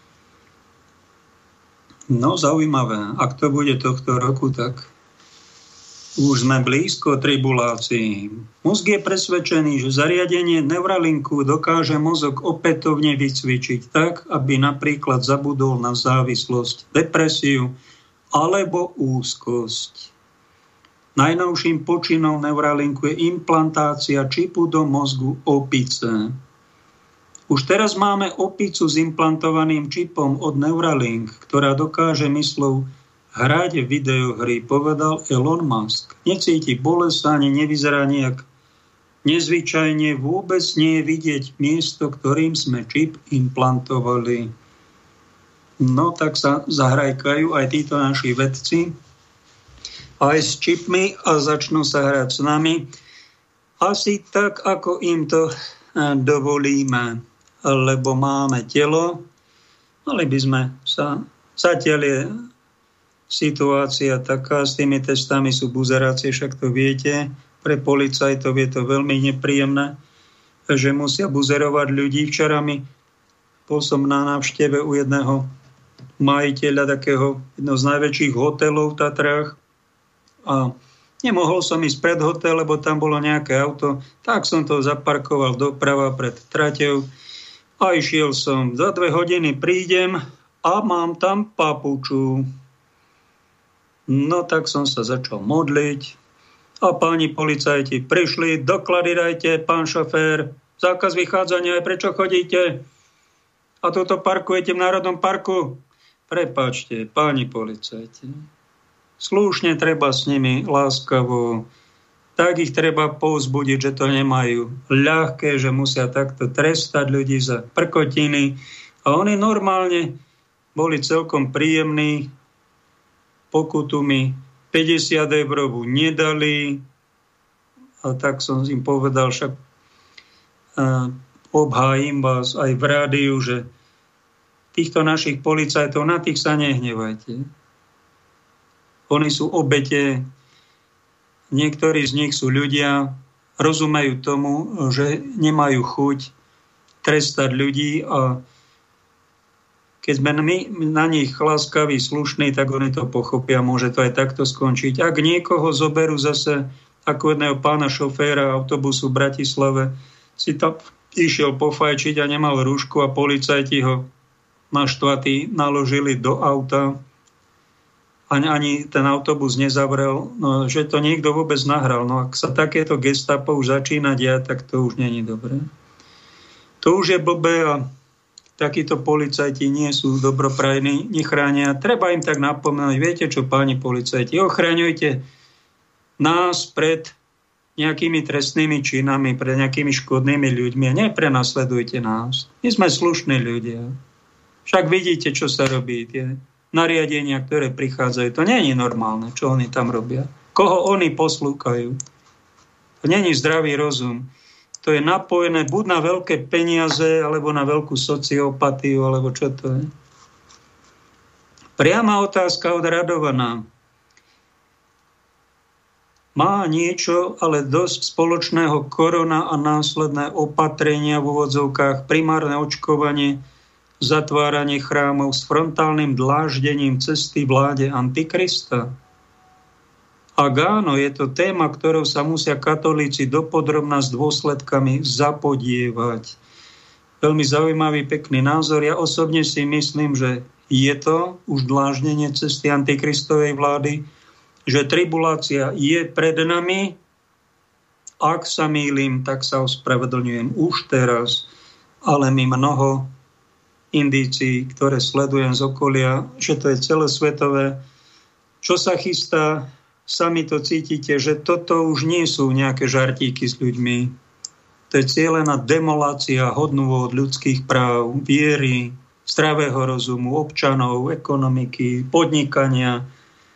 No, zaujímavé. Ak to bude tohto roku, tak už sme blízko tribulácií. Mozg je presvedčený, že zariadenie Neuralinku dokáže mozog opätovne vycvičiť tak, aby napríklad zabudol na závislosť, depresiu alebo úzkosť. Najnovším počinom Neuralinku je implantácia čipu do mozgu opice. Už teraz máme opicu s implantovaným čipom od Neuralink, ktorá dokáže myslou hrať videohry, povedal Elon Musk. Necíti bolesť, ani nevyzerá nejak nezvyčajne, vôbec nie je vidieť miesto, ktorým sme čip implantovali. No tak sa zahrajkajú aj títo naši vedci aj s čipmi a začnú sa hrať s nami. Asi tak, ako im to dovolíme, lebo máme telo, mali by sme sa zatiaľ je situácia taká, s tými testami sú buzerácie, však to viete, pre policajtov je to veľmi nepríjemné, že musia buzerovať ľudí. Včera bol som na návšteve u jedného majiteľa takého jedného z najväčších hotelov v Tatrách a Nemohol som ísť pred hotel, lebo tam bolo nejaké auto, tak som to zaparkoval doprava pred traťou a išiel som. Za 2 hodiny prídem a mám tam papuču. No tak som sa začal modliť a páni policajti prišli, doklady dajte, pán šofér, zákaz vychádzania, prečo chodíte? A toto parkujete v Národnom parku? Prepáčte, páni policajti. Slušne treba s nimi, láskavo, tak ich treba povzbudiť, že to nemajú ľahké, že musia takto trestať ľudí za prkotiny. A oni normálne boli celkom príjemní, pokutu mi 50 eurovú nedali, a tak som im povedal, však obhájim vás aj v rádiu, že týchto našich policajtov, na tých sa nehnevajte. Oni sú obete, niektorí z nich sú ľudia, rozumejú tomu, že nemajú chuť trestať ľudí a keď sme my na nich láskaví, slušní, tak oni to pochopia, môže to aj takto skončiť. Ak niekoho zoberú zase ako jedného pána šoféra autobusu v Bratislave, si tam išiel pofajčiť a nemal rúšku a policajti ho naštvatí naložili do auta, ani ten autobus nezavrel, no, že to niekto vôbec nahral. No ak sa takéto gestapo už začína diať, tak to už není dobré. To už je blbé a takíto policajti nie sú dobroprajní, nechránia. Treba im tak napomenúť, viete čo, páni policajti, ochraňujte nás pred nejakými trestnými činami, pred nejakými škodnými ľuďmi a neprenasledujte nás. My sme slušní ľudia. Však vidíte, čo sa robí, tie nariadenia, ktoré prichádzajú. To nie je normálne, čo oni tam robia. Koho oni poslúkajú. To nie je zdravý rozum. To je napojené buď na veľké peniaze, alebo na veľkú sociopatiu, alebo čo to je. Priama otázka od Radovaná. Má niečo, ale dosť spoločného korona a následné opatrenia v úvodzovkách, primárne očkovanie, zatváranie chrámov s frontálnym dláždením cesty vláde Antikrista? Ak áno, je to téma, ktorou sa musia katolíci dopodrobna s dôsledkami zapodievať. Veľmi zaujímavý, pekný názor. Ja osobne si myslím, že je to už dláždenie cesty Antikristovej vlády, že tribulácia je pred nami. Ak sa mýlim, tak sa ospravedlňujem už teraz, ale mi mnoho indícií, ktoré sledujem z okolia, že to je celosvetové. Čo sa chystá, sami to cítite, že toto už nie sú nejaké žartíky s ľuďmi. To je cielená demolácia hodnôt ľudských práv, viery, zdravého rozumu, občanov, ekonomiky, podnikania.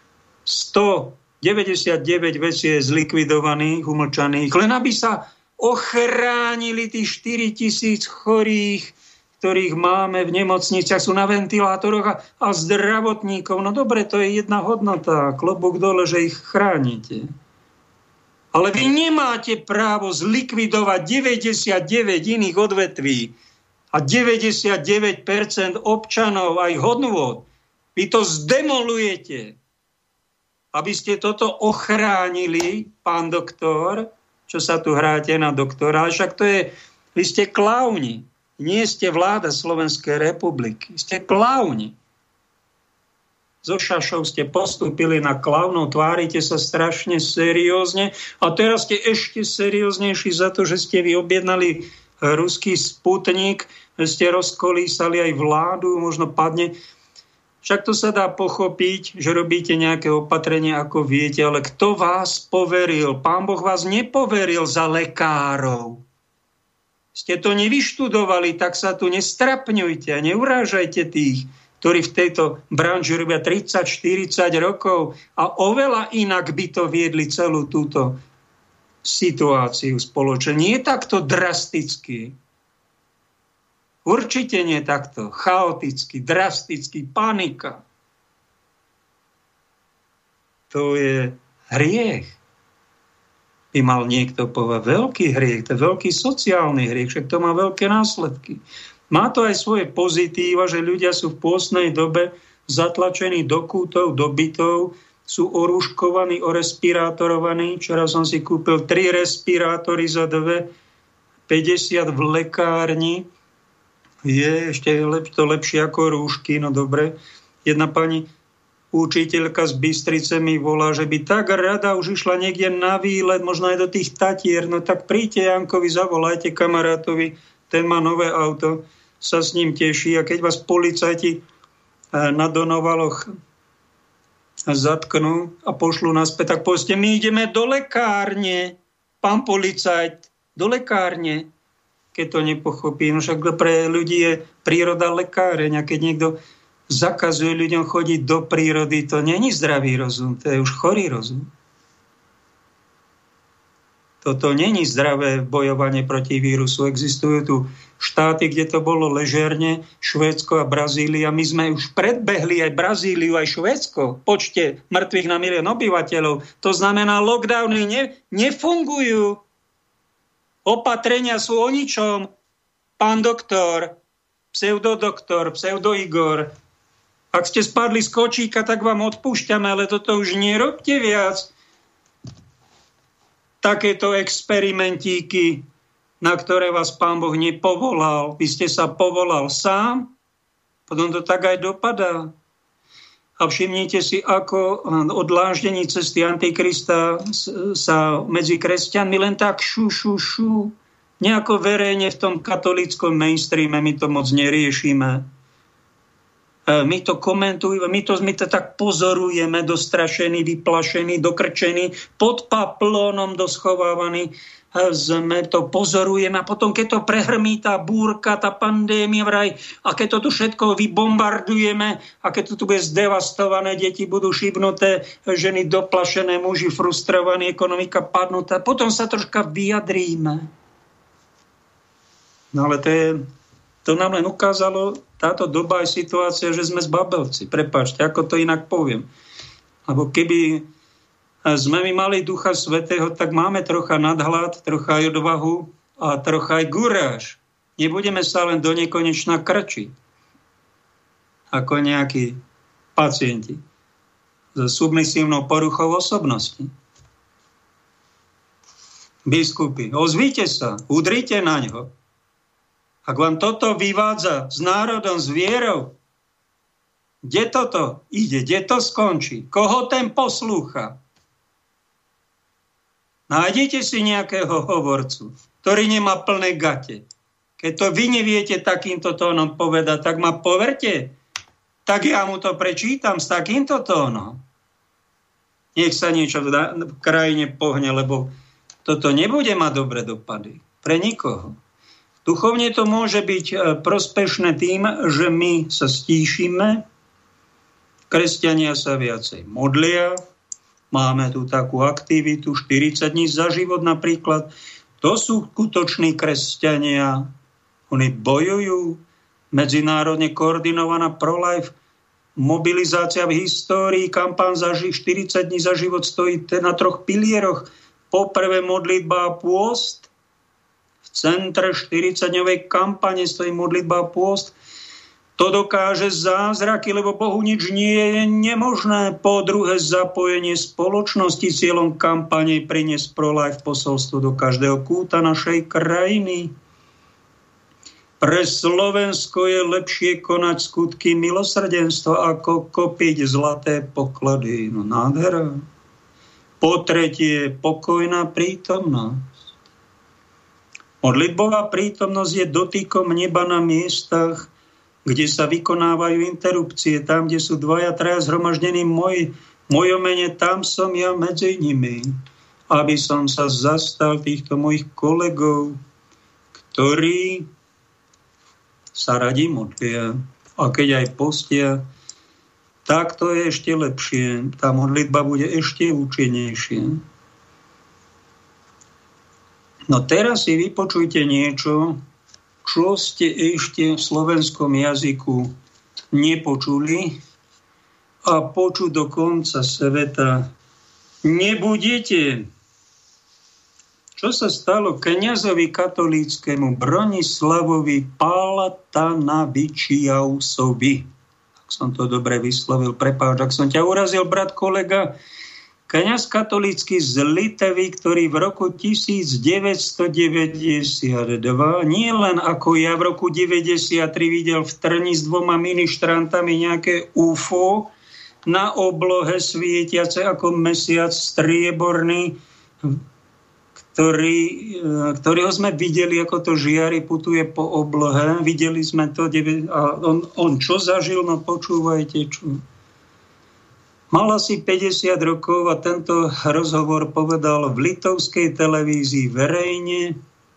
199 vecí je zlikvidovaných, umlčaných, len aby sa ochránili tých 4 000 chorých, ktorých máme v nemocniciach, sú na ventilátoroch a zdravotníkov. No dobre, to je jedna hodnota. Klobúk dole, že ich chránite. Ale vy nemáte právo zlikvidovať 99 iných odvetví a 99% občanov aj hodnôt. Vy to zdemolujete. Aby ste toto ochránili, pán doktor, čo sa tu hráte na doktora, však to je, vy ste klauni. Nie ste vláda Slovenskej republiky. Ste klauni. So Šašou ste postúpili na klaunov, tvárite sa strašne seriózne a teraz ste ešte serióznejší za to, že ste vy objednali ruský Sputnik, že ste rozkolísali aj vládu, možno padne. Však to sa dá pochopiť, že robíte nejaké opatrenie, ako viete, ale kto vás poveril? Pán Boh vás nepoveril za lekárov. Ste to nevyštudovali, tak sa tu nestrapňujte a neurážajte tých, ktorí v tejto branži robia 30-40 rokov a oveľa inak by to viedli celú túto situáciu spoločne. Nie takto drasticky. Určite nie takto. Chaoticky, drasticky, panika. To je hriech. By mal niekto povedať veľký hriech, to je veľký sociálny hriech, však to má veľké následky. Má to aj svoje pozitíva, že ľudia sú v pôstnej dobe zatlačení do kútov, do bytov, sú orúškovaní, orespirátorovaní. Včera som si kúpil 3 respirátory za 2,50 v lekárni. Je ešte to lepšie ako rúšky, no dobre. Jedna pani učiteľka z Bystrice mi volá, že by tak rada už išla niekde na výlet, možno aj do tých Tatier. No tak príďte Jankovi, zavolajte kamarátovi, ten má nové auto, sa s ním teší. A keď vás policajti na Donovaloch zatknú a pošlú naspäť, tak povedzte, my ideme do lekárne, pán policajt, do lekárne. Keď to nepochopí, no však pre ľudí je príroda lekáreň. A keď niekto zakazuje ľuďom chodiť do prírody, to není zdravý rozum, to je už chorý rozum. Toto není zdravé bojovanie proti vírusu. Existujú tu štáty, kde to bolo ležerne, Švédsko a Brazília. My sme už predbehli aj Brazíliu, aj Švédsko. Počte mŕtvych na milión obyvateľov. To znamená, lockdowny nefungujú. Opatrenia sú o ničom. Pán doktor, pseudodoktor, pseudoigor. Ak ste spadli z kočíka, tak vám odpúšťame, ale toto už nerobte viac. Takéto experimentíky, na ktoré vás Pán Boh nepovolal. Vy ste sa povolal sám, potom to tak aj dopadá. A všimnite si, ako odláždení cesty Antikrista sa medzi kresťanmi len tak šu. Nejako verejne v tom katolíckom mainstreame my to moc neriešime. My to komentujeme, my to tak pozorujeme, dostrašení, vyplašení, dokrčení, pod paplónom doschovávaní. Sme to pozorujeme a potom, keď to prehrmí tá búrka, tá pandémia vraj, a keď to tu všetko vybombardujeme a keď to tu bude zdevastované, deti budú šibnuté, ženy doplašené, muži frustrovaní, ekonomika padnutá, potom sa troška vyjadríme. No ale to nám len ukázalo, táto doba je situácia, že sme zbabelci. Prepáčte, ako to inak poviem. Lebo keby sme my mali Ducha Svätého, tak máme trocha nadhľad, trocha aj odvahu a trocha aj guráž. Nebudeme sa len do nekonečna krčiť. Ako nejakí pacienti so submisívnou poruchou osobnosti. Biskupy, ozvíte sa, udrite na ňo. Ak vám toto vyvádza s národom, s vierou, kde toto ide, kde to skončí? Koho ten poslúcha? Nájdete si nejakého hovorcu, ktorý nemá plné gate. Keď to vy neviete takýmto tónom povedať, tak ma poverte. Tak ja mu to prečítam s takýmto tónom. Nech sa niečo v krajine pohne, lebo toto nebude mať dobré dopady. Pre nikoho. Duchovne to môže byť prospešné tým, že my sa stíšime, kresťania sa viacej modlia, máme tu takú aktivitu, 40 dní za život napríklad. To sú skutoční kresťania. Oni bojujú. Medzinárodne koordinovaná pro-life mobilizácia v histórii, kampaň za 40 dní za život stojí na 3 pilieroch. Poprvé modlitba a pôst. V centre 40-dňovej kampane stojí modlitba a pôst. To dokáže zázraky, lebo Bohu nič nie je nemožné. Po druhé, zapojenie spoločnosti cieľom kampane priniesť pro-life posolstvo do každého kúta našej krajiny. Pre Slovensko je lepšie konať skutky milosrdenstva, ako kopiť zlaté poklady. No nádhera. Po tretie, pokojná prítomnosť. Modlitbová prítomnosť je dotykom neba na miestach, kde sa vykonávajú interrupcie, tam, kde sú 2-3 zhromaždení mojom mene, tam som ja medzi nimi, aby som sa zastal týchto mojich kolegov, ktorí sa radi modlia. A keď aj postia, tak to je ešte lepšie. Tá modlitba bude ešte účinnejšia. No teraz si vypočujte niečo, čo ste ešte v slovenskom jazyku nepočuli a počuť do konca sveta nebudete. Čo sa stalo kňazovi katolíckému Bronislavovi Palatanavičiausovi? Ak som to dobre vyslovil, prepáč, ak som ťa urazil, brat kolega, kňaz katolícky z Litevy, ktorý v roku 1992, nie len ako ja v roku 93 videl v Trni s 2 ministrantami nejaké UFO na oblohe svietiace ako mesiac strieborný, ktorého sme videli, ako to žiari putuje po oblohe. Videli sme to. A on čo zažil? No počúvajte, čo. Mal asi 50 rokov a tento rozhovor povedal v litovskej televízii verejne.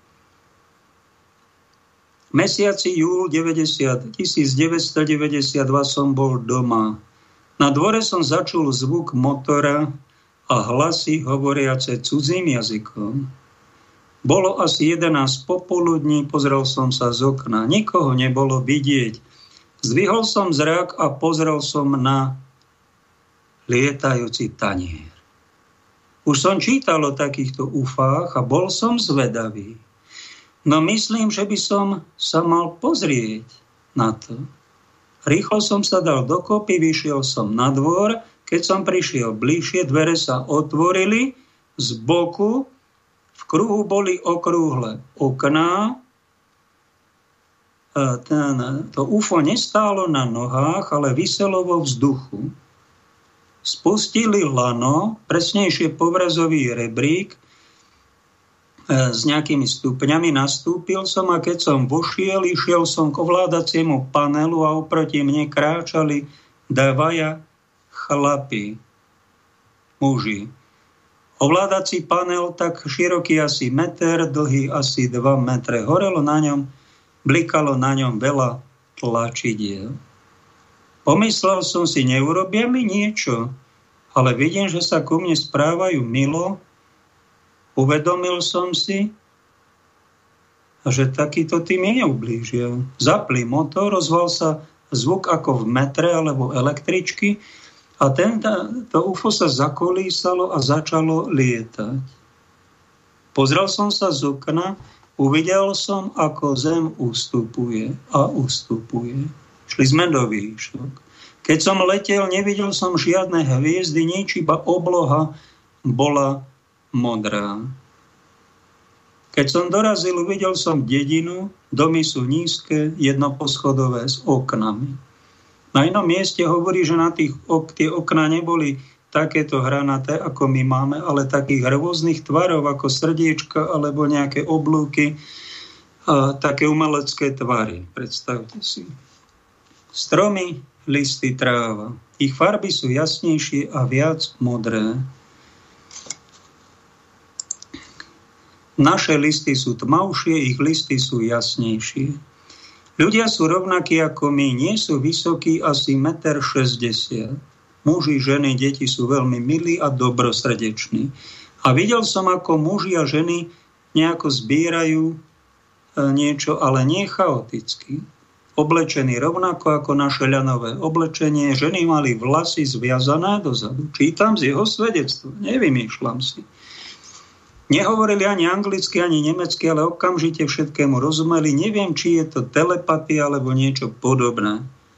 V mesiaci júl 1992 som bol doma. Na dvore som začul zvuk motora a hlasy hovoriace cudzým jazykom. Bolo asi 11 popoludní, pozrel som sa z okna. Nikoho nebolo vidieť. Zdvihol som zrak a pozrel som na lietajúci tanier. Už som čítal o takýchto ufách a bol som zvedavý. No myslím, že by som sa mal pozrieť na to. Rýchlo som sa dal dokopy, vyšiel som na dvor. Keď som prišiel bližšie, dvere sa otvorili, z boku v kruhu boli okrúhle okná. To UFO nestálo na nohách, ale viselo vo vzduchu. Spustili lano, presnejšie povrazový rebrík s nejakými stupňami, nastúpil som a keď som vošiel, išiel som k ovládaciemu panelu a oproti mne kráčali 2 chlapi, muži. Ovládací panel tak široký asi meter, dlhý asi 2 metre. Horelo na ňom, blikalo na ňom veľa tlačidiel. Pomyslel som si, neurobia mi niečo, ale vidím, že sa ku mne správajú milo. Uvedomil som si, že takýto tým neublížil. Zapli motor, ozval sa zvuk ako v metre alebo električky, a to UFO sa zakolísalo a začalo lietať. Pozrel som sa z okna, uvidel som, ako zem ustupuje a ustupuje. Šli sme do výšok. Keď som letel, nevidel som žiadne hviezdy, nič, iba obloha bola modrá. Keď som dorazil, uvidel som dedinu, domy sú nízke, jednoposchodové s oknami. Na inom mieste hovorí, že na tie okná neboli takéto hranaté, ako my máme, ale takých rôznych tvarov, ako srdiečka alebo nejaké oblúky, a také umelecké tvary. Predstavte si. Stromy, listy, tráva. Ich farby sú jasnejšie a viac modré. Naše listy sú tmavšie, ich listy sú jasnejšie. Ľudia sú rovnakí ako my, nie sú vysokí, asi 1,60 m. Muži, ženy, deti sú veľmi milí a dobrosrdeční. A videl som, ako muži a ženy nejako zbierajú niečo, ale nie chaoticky. Oblečení rovnako ako naše ľanové oblečenie. Ženy mali vlasy zviazané dozadu. Čítam z jeho svedectva, nevymýšľam si. Nehovorili ani anglicky, ani nemecky, ale okamžite všetkému rozumeli. Neviem, či je to telepatia alebo niečo podobné.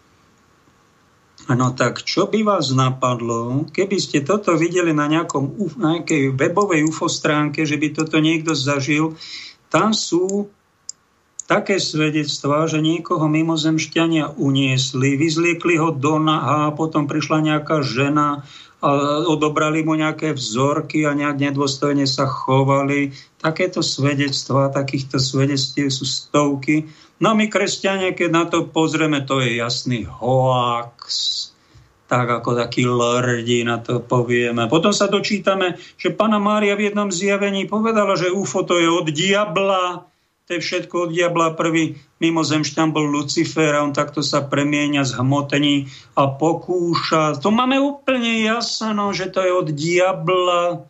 No tak, čo by vás napadlo, keby ste toto videli na nejakej webovej UFO stránke, že by toto niekto zažil, tam sú také svedectvá, že niekoho mimozemšťania uniesli, vyzliekli ho do nahá, potom prišla nejaká žena a odobrali mu nejaké vzorky a nejak nedôstojne sa chovali. Takéto svedectvá, takýchto svedectiev sú stovky. No my, kresťania, keď na to pozrieme, to je jasný hoax. Tak ako takí lordi na to povieme. Potom sa dočítame, že Panna Mária v jednom zjavení povedala, že UFO to je od diabla. To je všetko od diabla. Prvý mimozemšťan bol Lucifer a on takto sa premieňa, zhmotní a pokúša. To máme úplne jasno, že to je od diabla.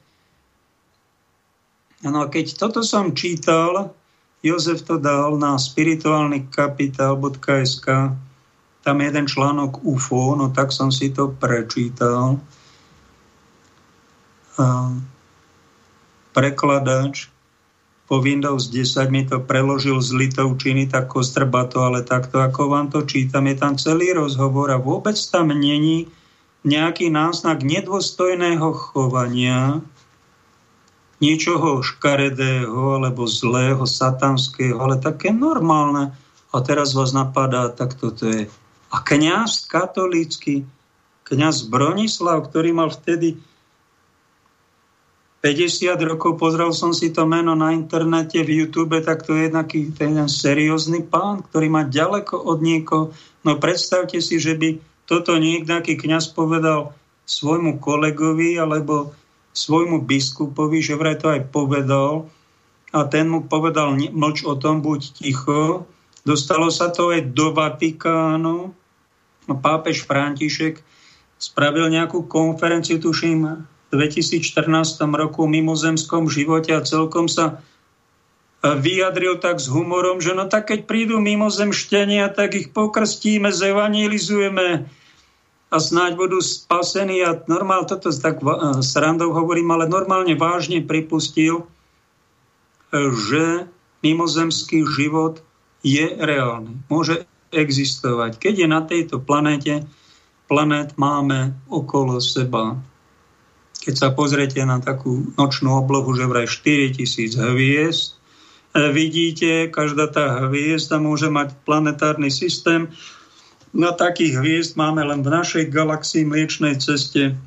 No a keď toto som čítal, Jozef to dal na spirituálnykapital.sk, tam je jeden článok UFO, no tak som si to prečítal. Prekladač po Windows 10 mi to preložil z litovčiny, tak kostrbato, ale takto, ako vám to čítam, je tam celý rozhovor a vôbec tam není nejaký náznak nedôstojného chovania, ničoho škaredého alebo zlého, satanského, ale také normálne. A teraz vás napadá, tak toto je. A kňaz katolícky, kňaz Bronislav, ktorý mal vtedy 50 rokov, pozrel som si to meno na internete, v YouTube, tak to je jeden seriózny pán, ktorý má ďaleko od niekoho. No predstavte si, že by toto niekdaký kňaz povedal svojmu kolegovi alebo svojmu biskupovi, že vraj to aj povedal a ten mu povedal, mlč o tom, buď ticho. Dostalo sa to aj do Vatikánu. Pápež František spravil nejakú konferenciu, tuším, v 2014 roku o mimozemskom živote a celkom sa vyjadril tak s humorom, že no tak keď prídu mimozemšťania, tak ich pokrstíme, zevangelizujeme a snáď budú spasení. A normálne, toto tak srandou hovorím, ale normálne vážne pripustil, že mimozemský život je reálny. Môže existovať. Keď je na tejto planét máme okolo seba. Keď sa pozriete na takú nočnú oblohu, že vraj 4000 hviezd, vidíte, každá tá hviezda môže mať planetárny systém. Na takých hviezd máme len v našej galaxii Mliečnej ceste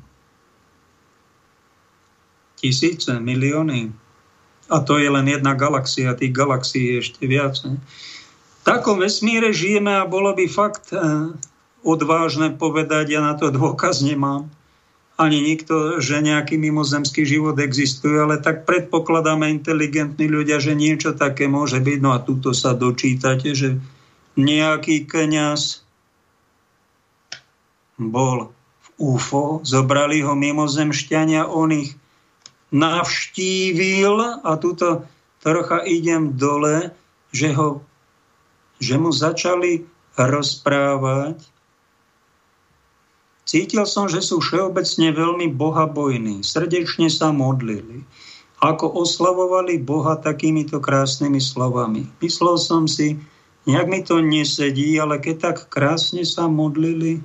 tisíce, milióny. A to je len jedna galaxia, tých galaxií je ešte viac. V takom vesmíre žijeme a bolo by fakt odvážne povedať, ja na to dôkaz nemám, ani nikto, že nejaký mimozemský život existuje, ale tak predpokladáme inteligentní ľudia, že niečo také môže byť. No a tuto sa dočítate, že nejaký kňaz bol v UFO, zobrali ho mimozemšťania, on ich navštívil a tuto trocha idem dole, že mu začali rozprávať. Cítil som, že sú všeobecne veľmi bohabojní, srdečne sa modlili, ako oslavovali Boha takýmito krásnymi slovami. Myslel som si, nejak mi to nesedí, ale keď tak krásne sa modlili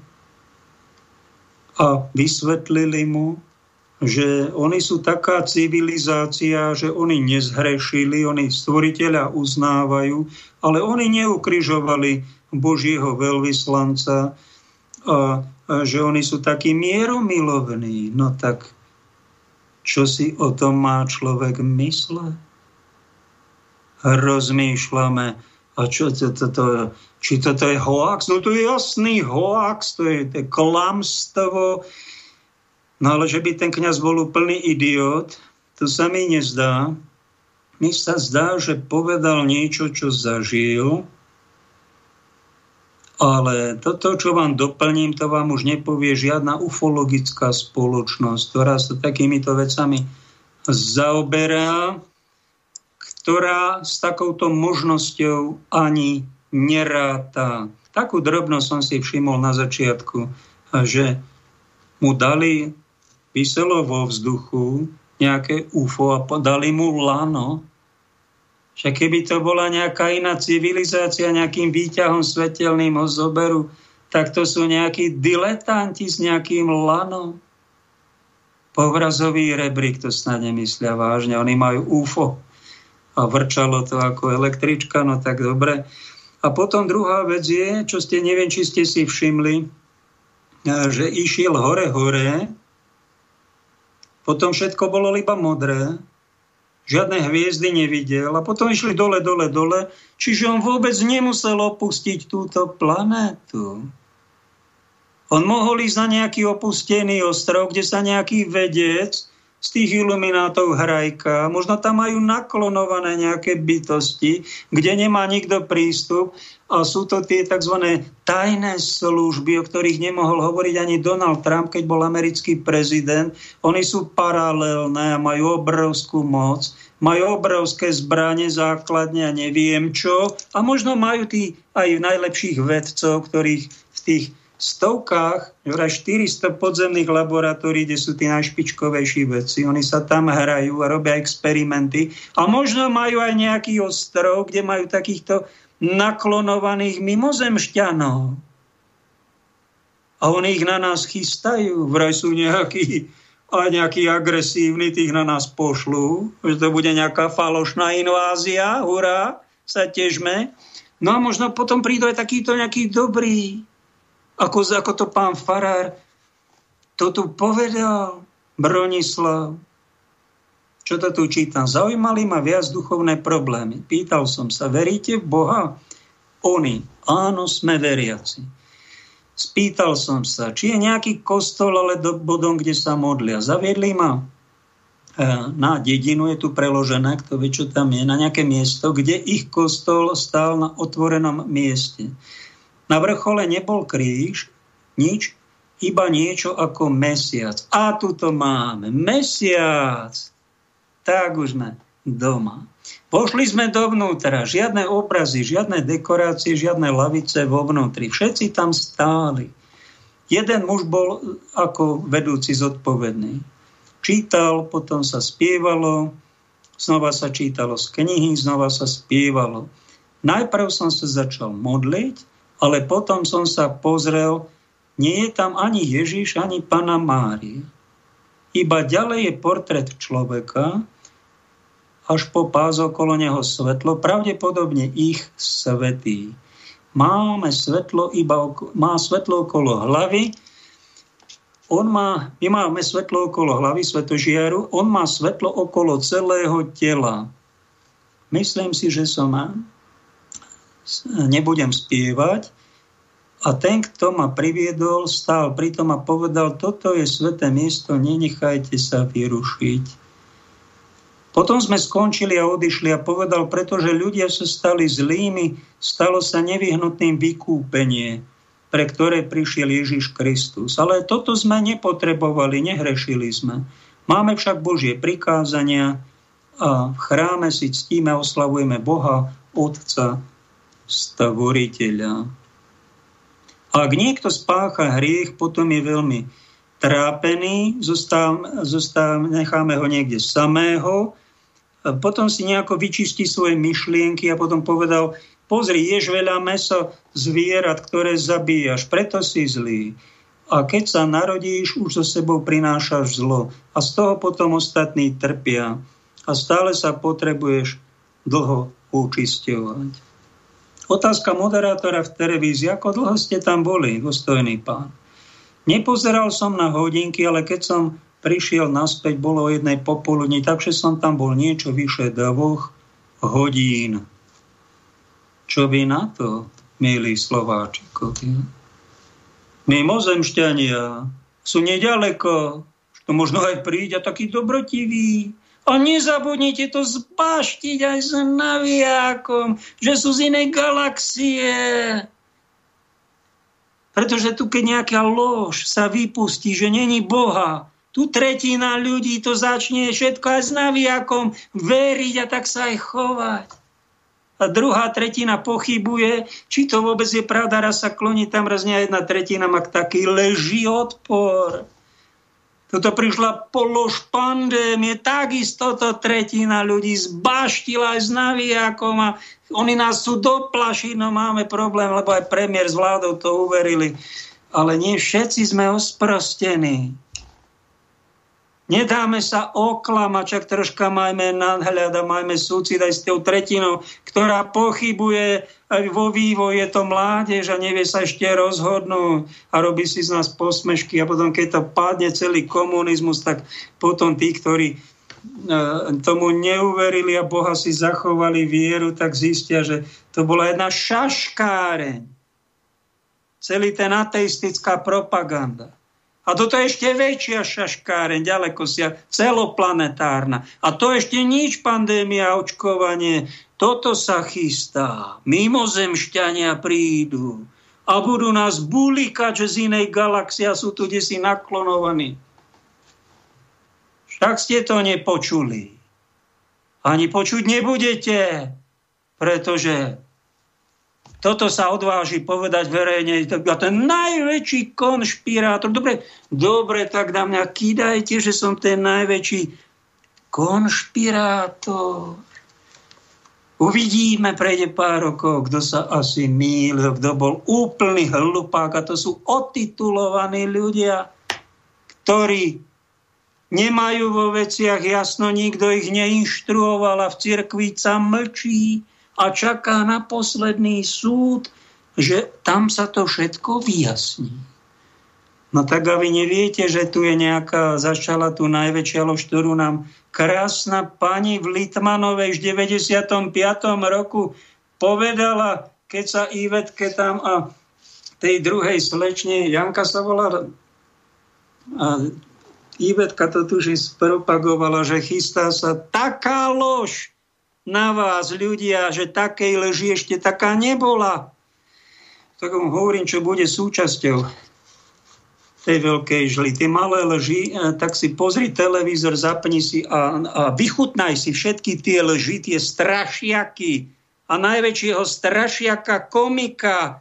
a vysvetlili mu, že oni sú taká civilizácia, že oni nezhrešili, oni stvoriteľa uznávajú, ale oni neukrižovali Božieho veľvyslanca a že oni sú takí mieromilovní. No tak, čo si o tom má človek mysle? Rozmýšľame, a čo či toto je hoax? No to je jasný hoax, to je klamstvo. No ale že by ten kňaz bol úplný idiot, to sa mi nezdá. Mi sa zdá, že povedal niečo, čo zažil, ale toto, čo vám doplním, to vám už nepovie žiadna ufologická spoločnosť, ktorá sa takýmito vecami zaoberá, ktorá s takouto možnosťou ani neráta. Takú drobnosť som si všimol na začiatku, že mu dali vyselo vo vzduchu nejaké UFO a dali mu lano. Však keby to bola nejaká iná civilizácia, nejakým výťahom svetelným ho zoberú, tak to sú nejakí diletanti s nejakým lanom. Povrazový rebrík, to snad nemyslia vážne. Oni majú UFO. A vrčalo to ako električka, no tak dobre. A potom druhá vec je, čo ste, neviem, či ste si všimli, že išiel hore, potom všetko bolo iba modré, žiadne hviezdy nevidel a potom išli dole, čiže on vôbec nemusel opustiť túto planétu. On mohol ísť na nejaký opustený ostrov, kde sa nejaký vedec z tých iluminátov hrajka, možno tam majú naklonované nejaké bytosti, kde nemá nikto prístup a sú to tie tzv. Tajné služby, o ktorých nemohol hovoriť ani Donald Trump, keď bol americký prezident. Oni sú paralelné a majú obrovskú moc, majú obrovské zbrane, základne a neviem čo. A možno majú tí aj najlepších vedcov, ktorých v tých stovkách, vraj 400 podzemných laboratórií, kde sú tí najšpičkovejší vedci. Oni sa tam hrajú a robia experimenty. A možno majú aj nejaký ostrov, kde majú takýchto naklonovaných mimozemšťanov. A oni ich na nás chystajú. Vraj sú nejakí agresívni, tých na nás pošlú. Že to bude nejaká falošná invázia. Hurá, sa težme. No a možno potom prídu aj takýto nejaký dobrý. Ako to pán farár to tu povedal. Bronislav. Čo to tu čítam? Zaujímali ma viac duchovné problémy. Pýtal som sa, veríte v Boha? Oni, áno, sme veriaci. Spýtal som sa, či je nejaký kostol, ale bodom, kde sa modlia. Zaviedli ma na dedinu, je tu preložené, kto vie, čo tam je, na nejaké miesto, kde ich kostol stál na otvorenom mieste. Na vrchole nebol kríž, nič, iba niečo ako mesiac. A tu to máme, mesiac. Tak už sme doma. Pošli sme dovnútra, žiadne obrazy, žiadne dekorácie, žiadne lavice vo vnútri. Všetci tam stáli. Jeden muž bol ako vedúci zodpovedný. Čítal, potom sa spievalo, znova sa čítalo z knihy, znova sa spievalo. Najprv som sa začal modliť, ale potom som sa pozrel, nie je tam ani Ježiš, ani Panna Mária. Iba ďalej je portrét človeka, až po pás okolo neho svetlo, pravdepodobne ich svätý. Má svetlo okolo hlavy, my máme svetlo okolo hlavy, svetožiaru, on má svetlo okolo celého tela. Myslím si, že nebudem spievať, a ten, kto ma priviedol, stál pritom a povedal, toto je sväté miesto, nenechajte sa vyrušiť. Potom sme skončili a odišli a povedal, pretože ľudia sa stali zlými, stalo sa nevyhnutným vykúpenie, pre ktoré prišiel Ježiš Kristus. Ale toto sme nepotrebovali, nehrešili sme. Máme však Božie prikázania a v chráme si ctíme a oslavujeme Boha, Otca, Stvoriteľa. Ak niekto spácha hriech, potom je veľmi trápený, necháme ho niekde samého, potom si nejako vyčistí svoje myšlienky a potom povedal, pozri, ješ veľa mäsa zvierat, ktoré zabíjaš, preto si zlý. A keď sa narodíš, už so sebou prinášaš zlo. A z toho potom ostatní trpia. A stále sa potrebuješ dlho učisťovať. Otázka moderátora v televízii, ako dlho ste tam boli, dôstojný pán? Nepozeral som na hodinky, ale keď som prišiel naspäť, bolo o 1:00 popoludní, takže som tam bol niečo vyše 2 hodín. Čo vy na to, milí Slováčikovia? Mimozemšťania sú nedaleko, to možno aj príde taký dobrotivý. A nezabudnite to zbaštiť aj s navijákom, že sú z inej galaxie. Pretože tu, keď nejaká lož sa vypustí, že není Boha, tu tretina ľudí to začne všetko aj s navijákom veriť a tak sa aj chovať. A druhá tretina pochybuje, či to vôbec je pravda, raz sa kloní tam, raz nie, 1/3 má taký leží odpor. Toto prišla polož pandémie, takisto to tretina ľudí zbaštila aj s navijákom a oni nás sú doplašiť, no máme problém, lebo aj premiér s vládou to uverili. Ale nie všetci sme osprostení. Nedáme sa oklamať, čak troška majme nadhľad a majme súcit aj s tou tretinou, ktorá pochybuje aj vo vývoji, je to mládež a nevie sa ešte rozhodnúť a robí si z nás posmešky a potom, keď to padne celý komunizmus, tak potom tí, ktorí tomu neuverili a Boha si zachovali vieru, tak zistia, že to bola jedna šaškáreň. Celý ten ateistická propaganda. A toto je ešte väčšia šaškáreň, ďaleko sia, celoplanetárna. A to ešte nič, pandémia, očkovanie. Toto sa chystá. Mimozemšťania prídu a budú nás bulikať, že z inej galaxie sú tu desi naklonovaní. Však ste to nepočuli. Ani počuť nebudete, pretože toto sa odváži povedať verejne, a ten najväčší konšpirátor. Dobre, tak na mňa kýdajte, že som ten najväčší konšpirátor. Uvidíme, prejde pár rokov, kto sa asi mýlil, kto bol úplný hlupák. A to sú otitulovaní ľudia, ktorí nemajú vo veciach jasno, nikto ich neinštruoval a v cirkvi sa mlčí a čaká na posledný súd, že tam sa to všetko vyjasní. No tak a vy neviete, že tu je nejaká, začala tu najväčšia lož, ktorú nám krásna pani v Litmanovej v 95. roku povedala, keď sa Ivetke tam a tej druhej slečne, Janka sa volá, a Ivetka to tuži spropagovala, že chystá sa taká lož na vás, ľudia, že takej leži ešte taká nebola. Tak hovorím, čo bude súčasťou tej veľkej žly. Tie malé lži, tak si pozri televízor, zapni si a vychutnaj si všetky tie lži, tie strašiaky a najväčšieho strašiaka komika.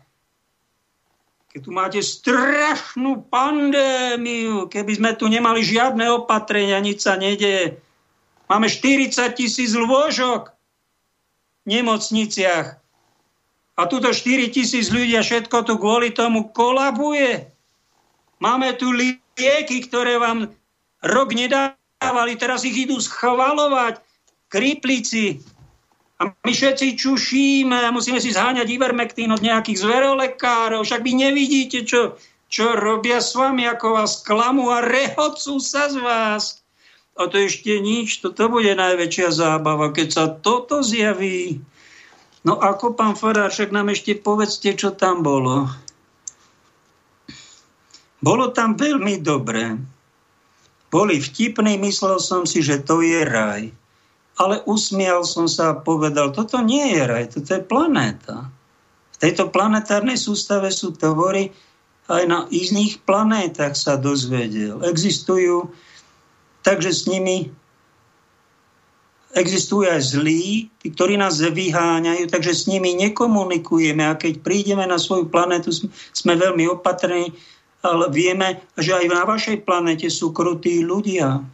Keď tu máte strašnú pandémiu, keby sme tu nemali žiadne opatrenia, nič sa nedeje. Máme 40,000 lôžok v nemocniciach. A tuto 4,000 ľudia, všetko tu kvôli tomu kolabuje. Máme tu lieky, ktoré vám rok nedávali, teraz ich idú schvaľovať, kriplici. A my všetci čušíme, musíme si zháňať Ivermectin od nejakých zverolekárov, však vy nevidíte, čo robia s vami, ako vás klamú a rehocú sa z vás. A to ešte nič, to bude najväčšia zábava, keď sa toto zjaví. No ako pán farár, však nám ešte povedzte, čo tam bolo. Bolo tam veľmi dobré. Boli vtipní, myslel som si, že to je raj. Ale usmial som sa a povedal, toto nie je raj, toto je planéta. V tejto planetárnej sústave sú tvory, aj na iných planétach sa dozvedel. Existujú, takže s nimi existujú aj zlí, tí, ktorí nás vyháňajú, takže s nimi nekomunikujeme. A keď prídeme na svoju planetu, sme veľmi opatrní, ale vieme, že aj na vašej planete sú krutí ľudia.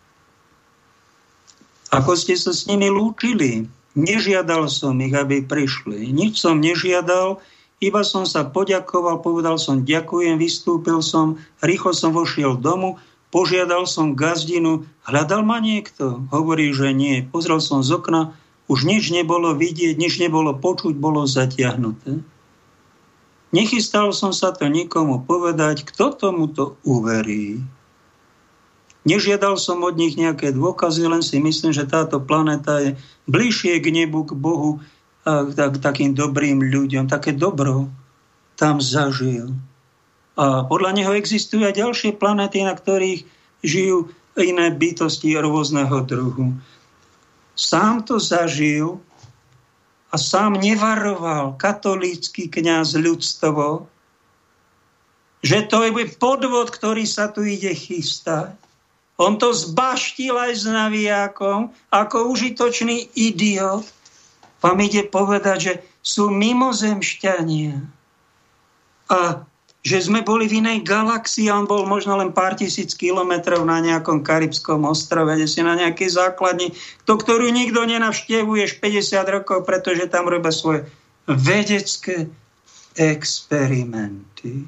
Ako ste sa s nimi lúčili? Nežiadal som ich, aby prišli. Nič som nežiadal, iba som sa poďakoval, povedal som ďakujem, vystúpil som, rýchlo som vošiel domu, požiadal som gazdinu, hľadal ma niekto? Hovorí, že nie. Pozrel som z okna, už nič nebolo vidieť, nič nebolo počuť, bolo zatiahnuté. Nechystal som sa to nikomu povedať, kto tomuto uverí. Nežiadal som od nich nejaké dôkazy, len si myslím, že táto planéta je bližšie k nebu, k Bohu, a k takým dobrým ľuďom. Také dobro tam zažil. A podľa neho existujú aj ďalšie planéty, na ktorých žijú iné bytosti rôzneho druhu. Sám to zažil a sám nevaroval katolícky kňaz ľudstvo, že to je podvod, ktorý sa tu ide chystať. On to zbaštil aj s navijákom ako užitočný idiot. Vám ide povedať, že sú mimozemšťania a že sme boli v inej galaxii a on bol možno len pár tisíc kilometrov na nejakom karibskom ostrove, kde si na nejakej základni, ktorú nikto nenavštevuješ 50 rokov, pretože tam robia svoje vedecké experimenty.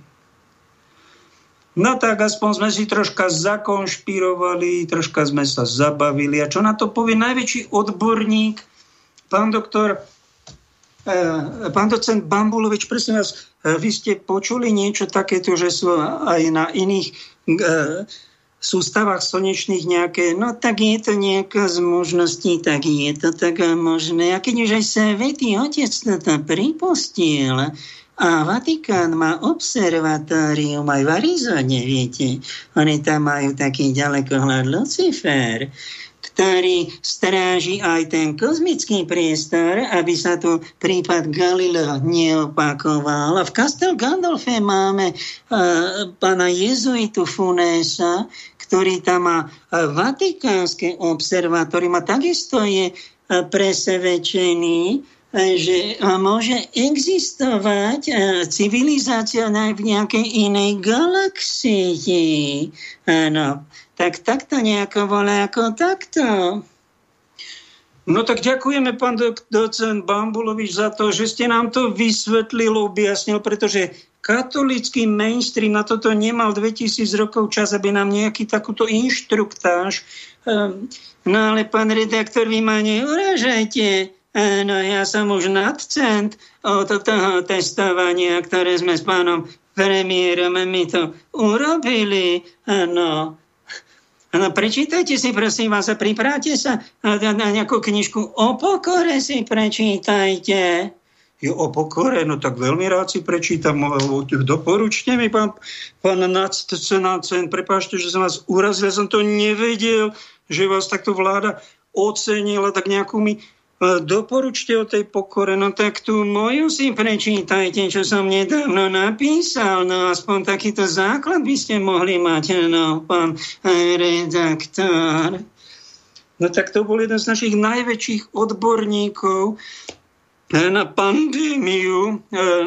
No tak aspoň sme si troška zakonšpirovali, troška sme sa zabavili. A čo na to povie najväčší odborník, pán docent Bambulovič, prosím vás, vy ste počuli niečo takéto, že sú aj na iných sústavách slnečných nejaké, no tak je to nejaká z možností, tak je to tak možné. A keď už aj Svätý Otec toto pripustil, a Vatikán má observatórium aj v Arizone, viete, oni tam majú taký ďalekohľad Lucifer, ktorý stráži aj ten kozmický priestor, aby sa tu prípad Galilea neopakoval. A v Castel Gandolfe máme pána jezuitu Funesa, ktorý tam má vatikánske observatórium a takisto je presvedčený, že môže existovať civilizácia v nejakej inej galaxii. Áno, tak takto nejako volá ako takto. No tak ďakujeme, pán docent Bambulovič, za to, že ste nám to vysvetlil, objasnil, pretože katolícky mainstream na toto nemal 2000 rokov čas, aby nám nejaký takúto inštruktáž. No ale pán redaktor, vy ma neurážajte. No ja som už nadcent od toho testovania, ktoré sme s pánom premiérom my to urobili. No. No, prečítajte si, prosím vás, a pripravte sa na nejakú knižku o pokore si prečítajte. Jo, o pokore, no tak veľmi rád si prečítam. Doporučte mi, pán nadcen, prepáčte, že som vás urazil, ja som to nevedel, že vás takto vláda ocenila, tak nejakú mi doporučte o tej pokore. No tak tú moju si prečítajte, čo som nedávno napísal. No aspoň takýto základ by ste mohli mať, no, pán redaktor. No tak to bol jeden z našich najväčších odborníkov na pandémiu,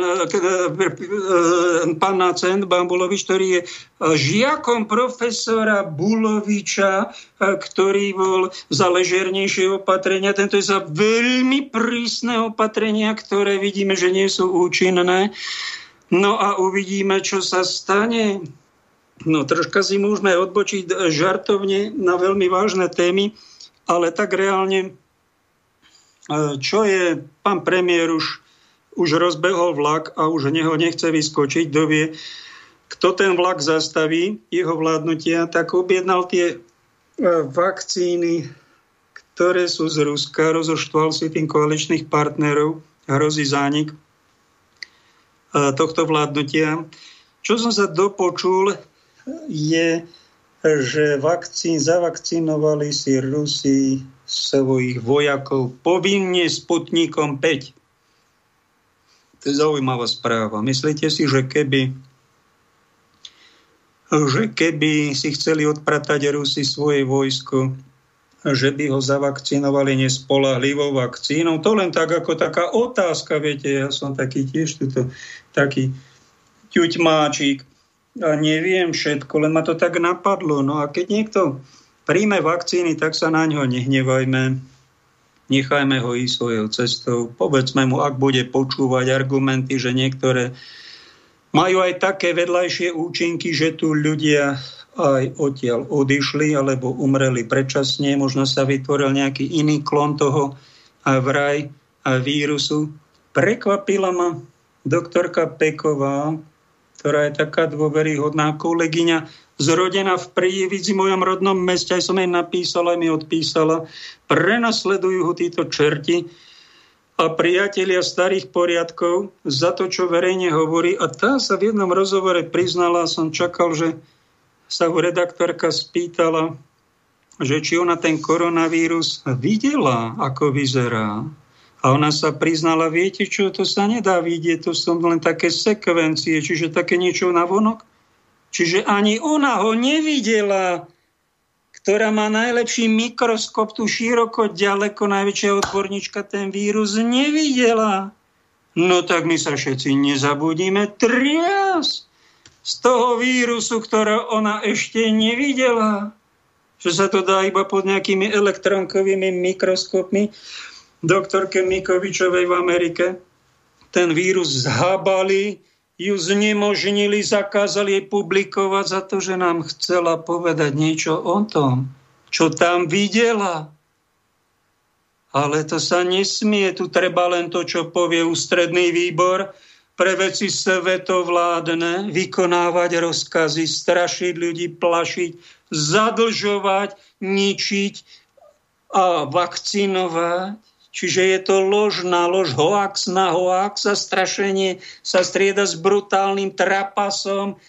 pán docent Bambulovič, ktorý je žiakom profesora Buloviča, ktorý bol za ležernejšie opatrenia. Tento je za veľmi prísne opatrenia, ktoré vidíme, že nie sú účinné. No a uvidíme, čo sa stane. No troška si môžeme odbočiť žartovne na veľmi vážne témy, ale tak reálne čo je, pán premiér už rozbehol vlak a už neho nechce vyskočiť, kto vie, kto ten vlak zastaví, jeho vládnutia, tak objednal tie vakcíny, ktoré sú z Ruska, rozoštval si tým koaličných partnerov, hrozí zánik tohto vládnutia. Čo som sa dopočul, je, že zavakcinovali si Rusi svojich vojakov povinne Sputnikom 5. To je zaujímavá správa. Myslíte si, že keby si chceli odpratať Rusi svoje vojsko, že by ho zavakcinovali nespoľahlivou vakcínou? To len tak ako taká otázka, viete, ja som taký tiež taký ťuťmáčik a neviem všetko, len ma to tak napadlo. No a keď niekto príjme vakcíny, tak sa na ňo nehnevajme. Nechajme ho ísť svojou cestou. Povedzme mu, ak bude počúvať argumenty, že niektoré majú aj také vedľajšie účinky, že tu ľudia aj odtiaľ odišli alebo umreli predčasne. Možno sa vytvoril nejaký iný klon toho vraj vírusu. Prekvapila ma doktorka Peková, ktorá je taká dôveryhodná kolegyňa, zrodená v Prievidzi, mojom rodnom meste, aj som jej napísala, aj mi odpísala. Prenasledujú ho títo čerti a priatelia starých poriadkov za to, čo verejne hovorí. A tá sa v jednom rozhovore priznala, som čakal, že sa ho redaktorka spýtala, že či ona ten koronavírus videla, ako vyzerá. A ona sa priznala, viete čo, to sa nedá vidieť, to sú len také sekvencie, čiže také niečo navonok. Čiže ani ona ho nevidela, ktorá má najlepší mikroskop, tu široko, ďaleko, najväčšia odborníčka ten vírus nevidela. No tak my sa všetci nezabudíme trias z toho vírusu, ktoré ona ešte nevidela. Že sa to dá iba pod nejakými elektronkovými mikroskopmi. Doktorke Mikovičovej v Amerike ten vírus zhabali, ju znemožnili, zakázali jej publikovať za to, že nám chcela povedať niečo o tom, čo tam videla. Ale to sa nesmie, tu treba len to, čo povie ústredný výbor pre veci svetovládne, vykonávať rozkazy, strašiť ľudí, plašiť, zadlžovať, ničiť a vakcinovať. Čiže je to lož na lož, hoax na hoax a strašenie sa strieda s brutálnym trapasom.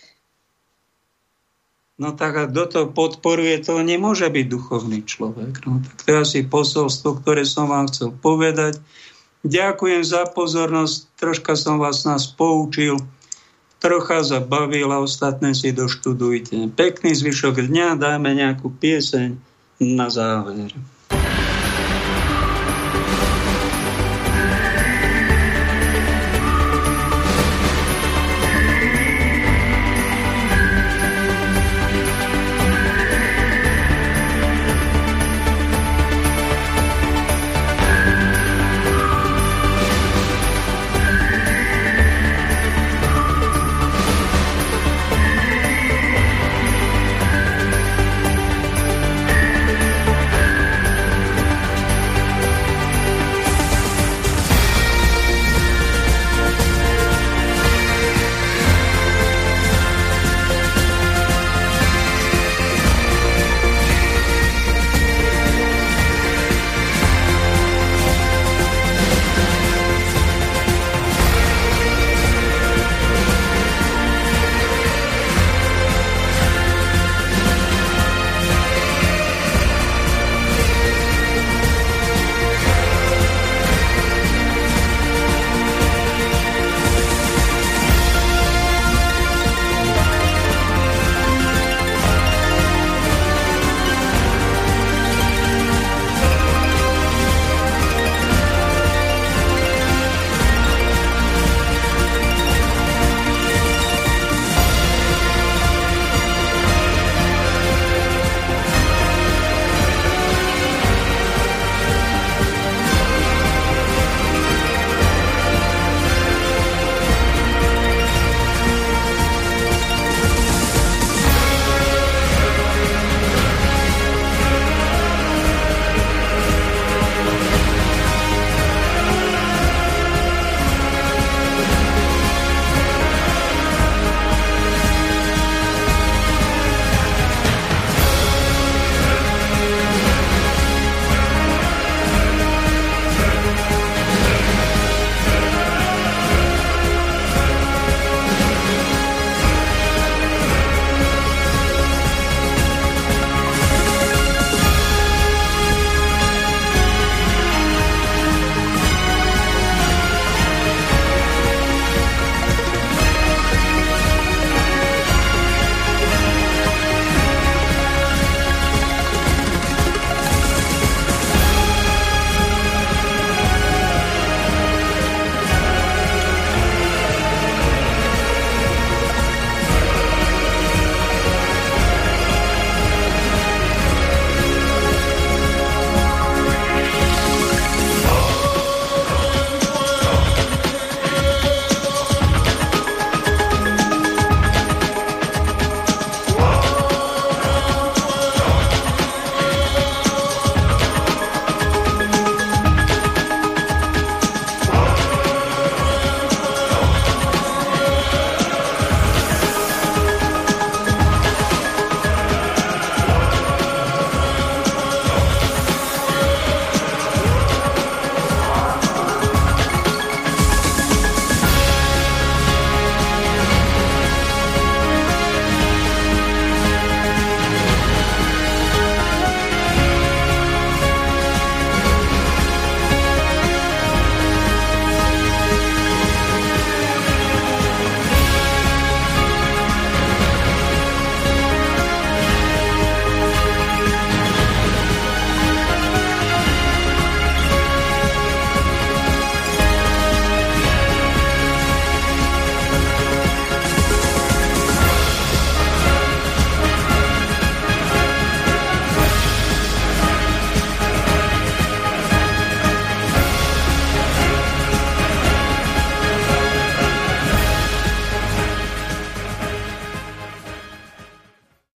No tak a kto to podporuje, to nemôže byť duchovný človek. No tak to je asi posolstvo, ktoré som vám chcel povedať. Ďakujem za pozornosť, troška som vás poučil, trocha zabavil a ostatné si doštudujte. Pekný zvyšok dňa, dajme nejakú pieseň na záver.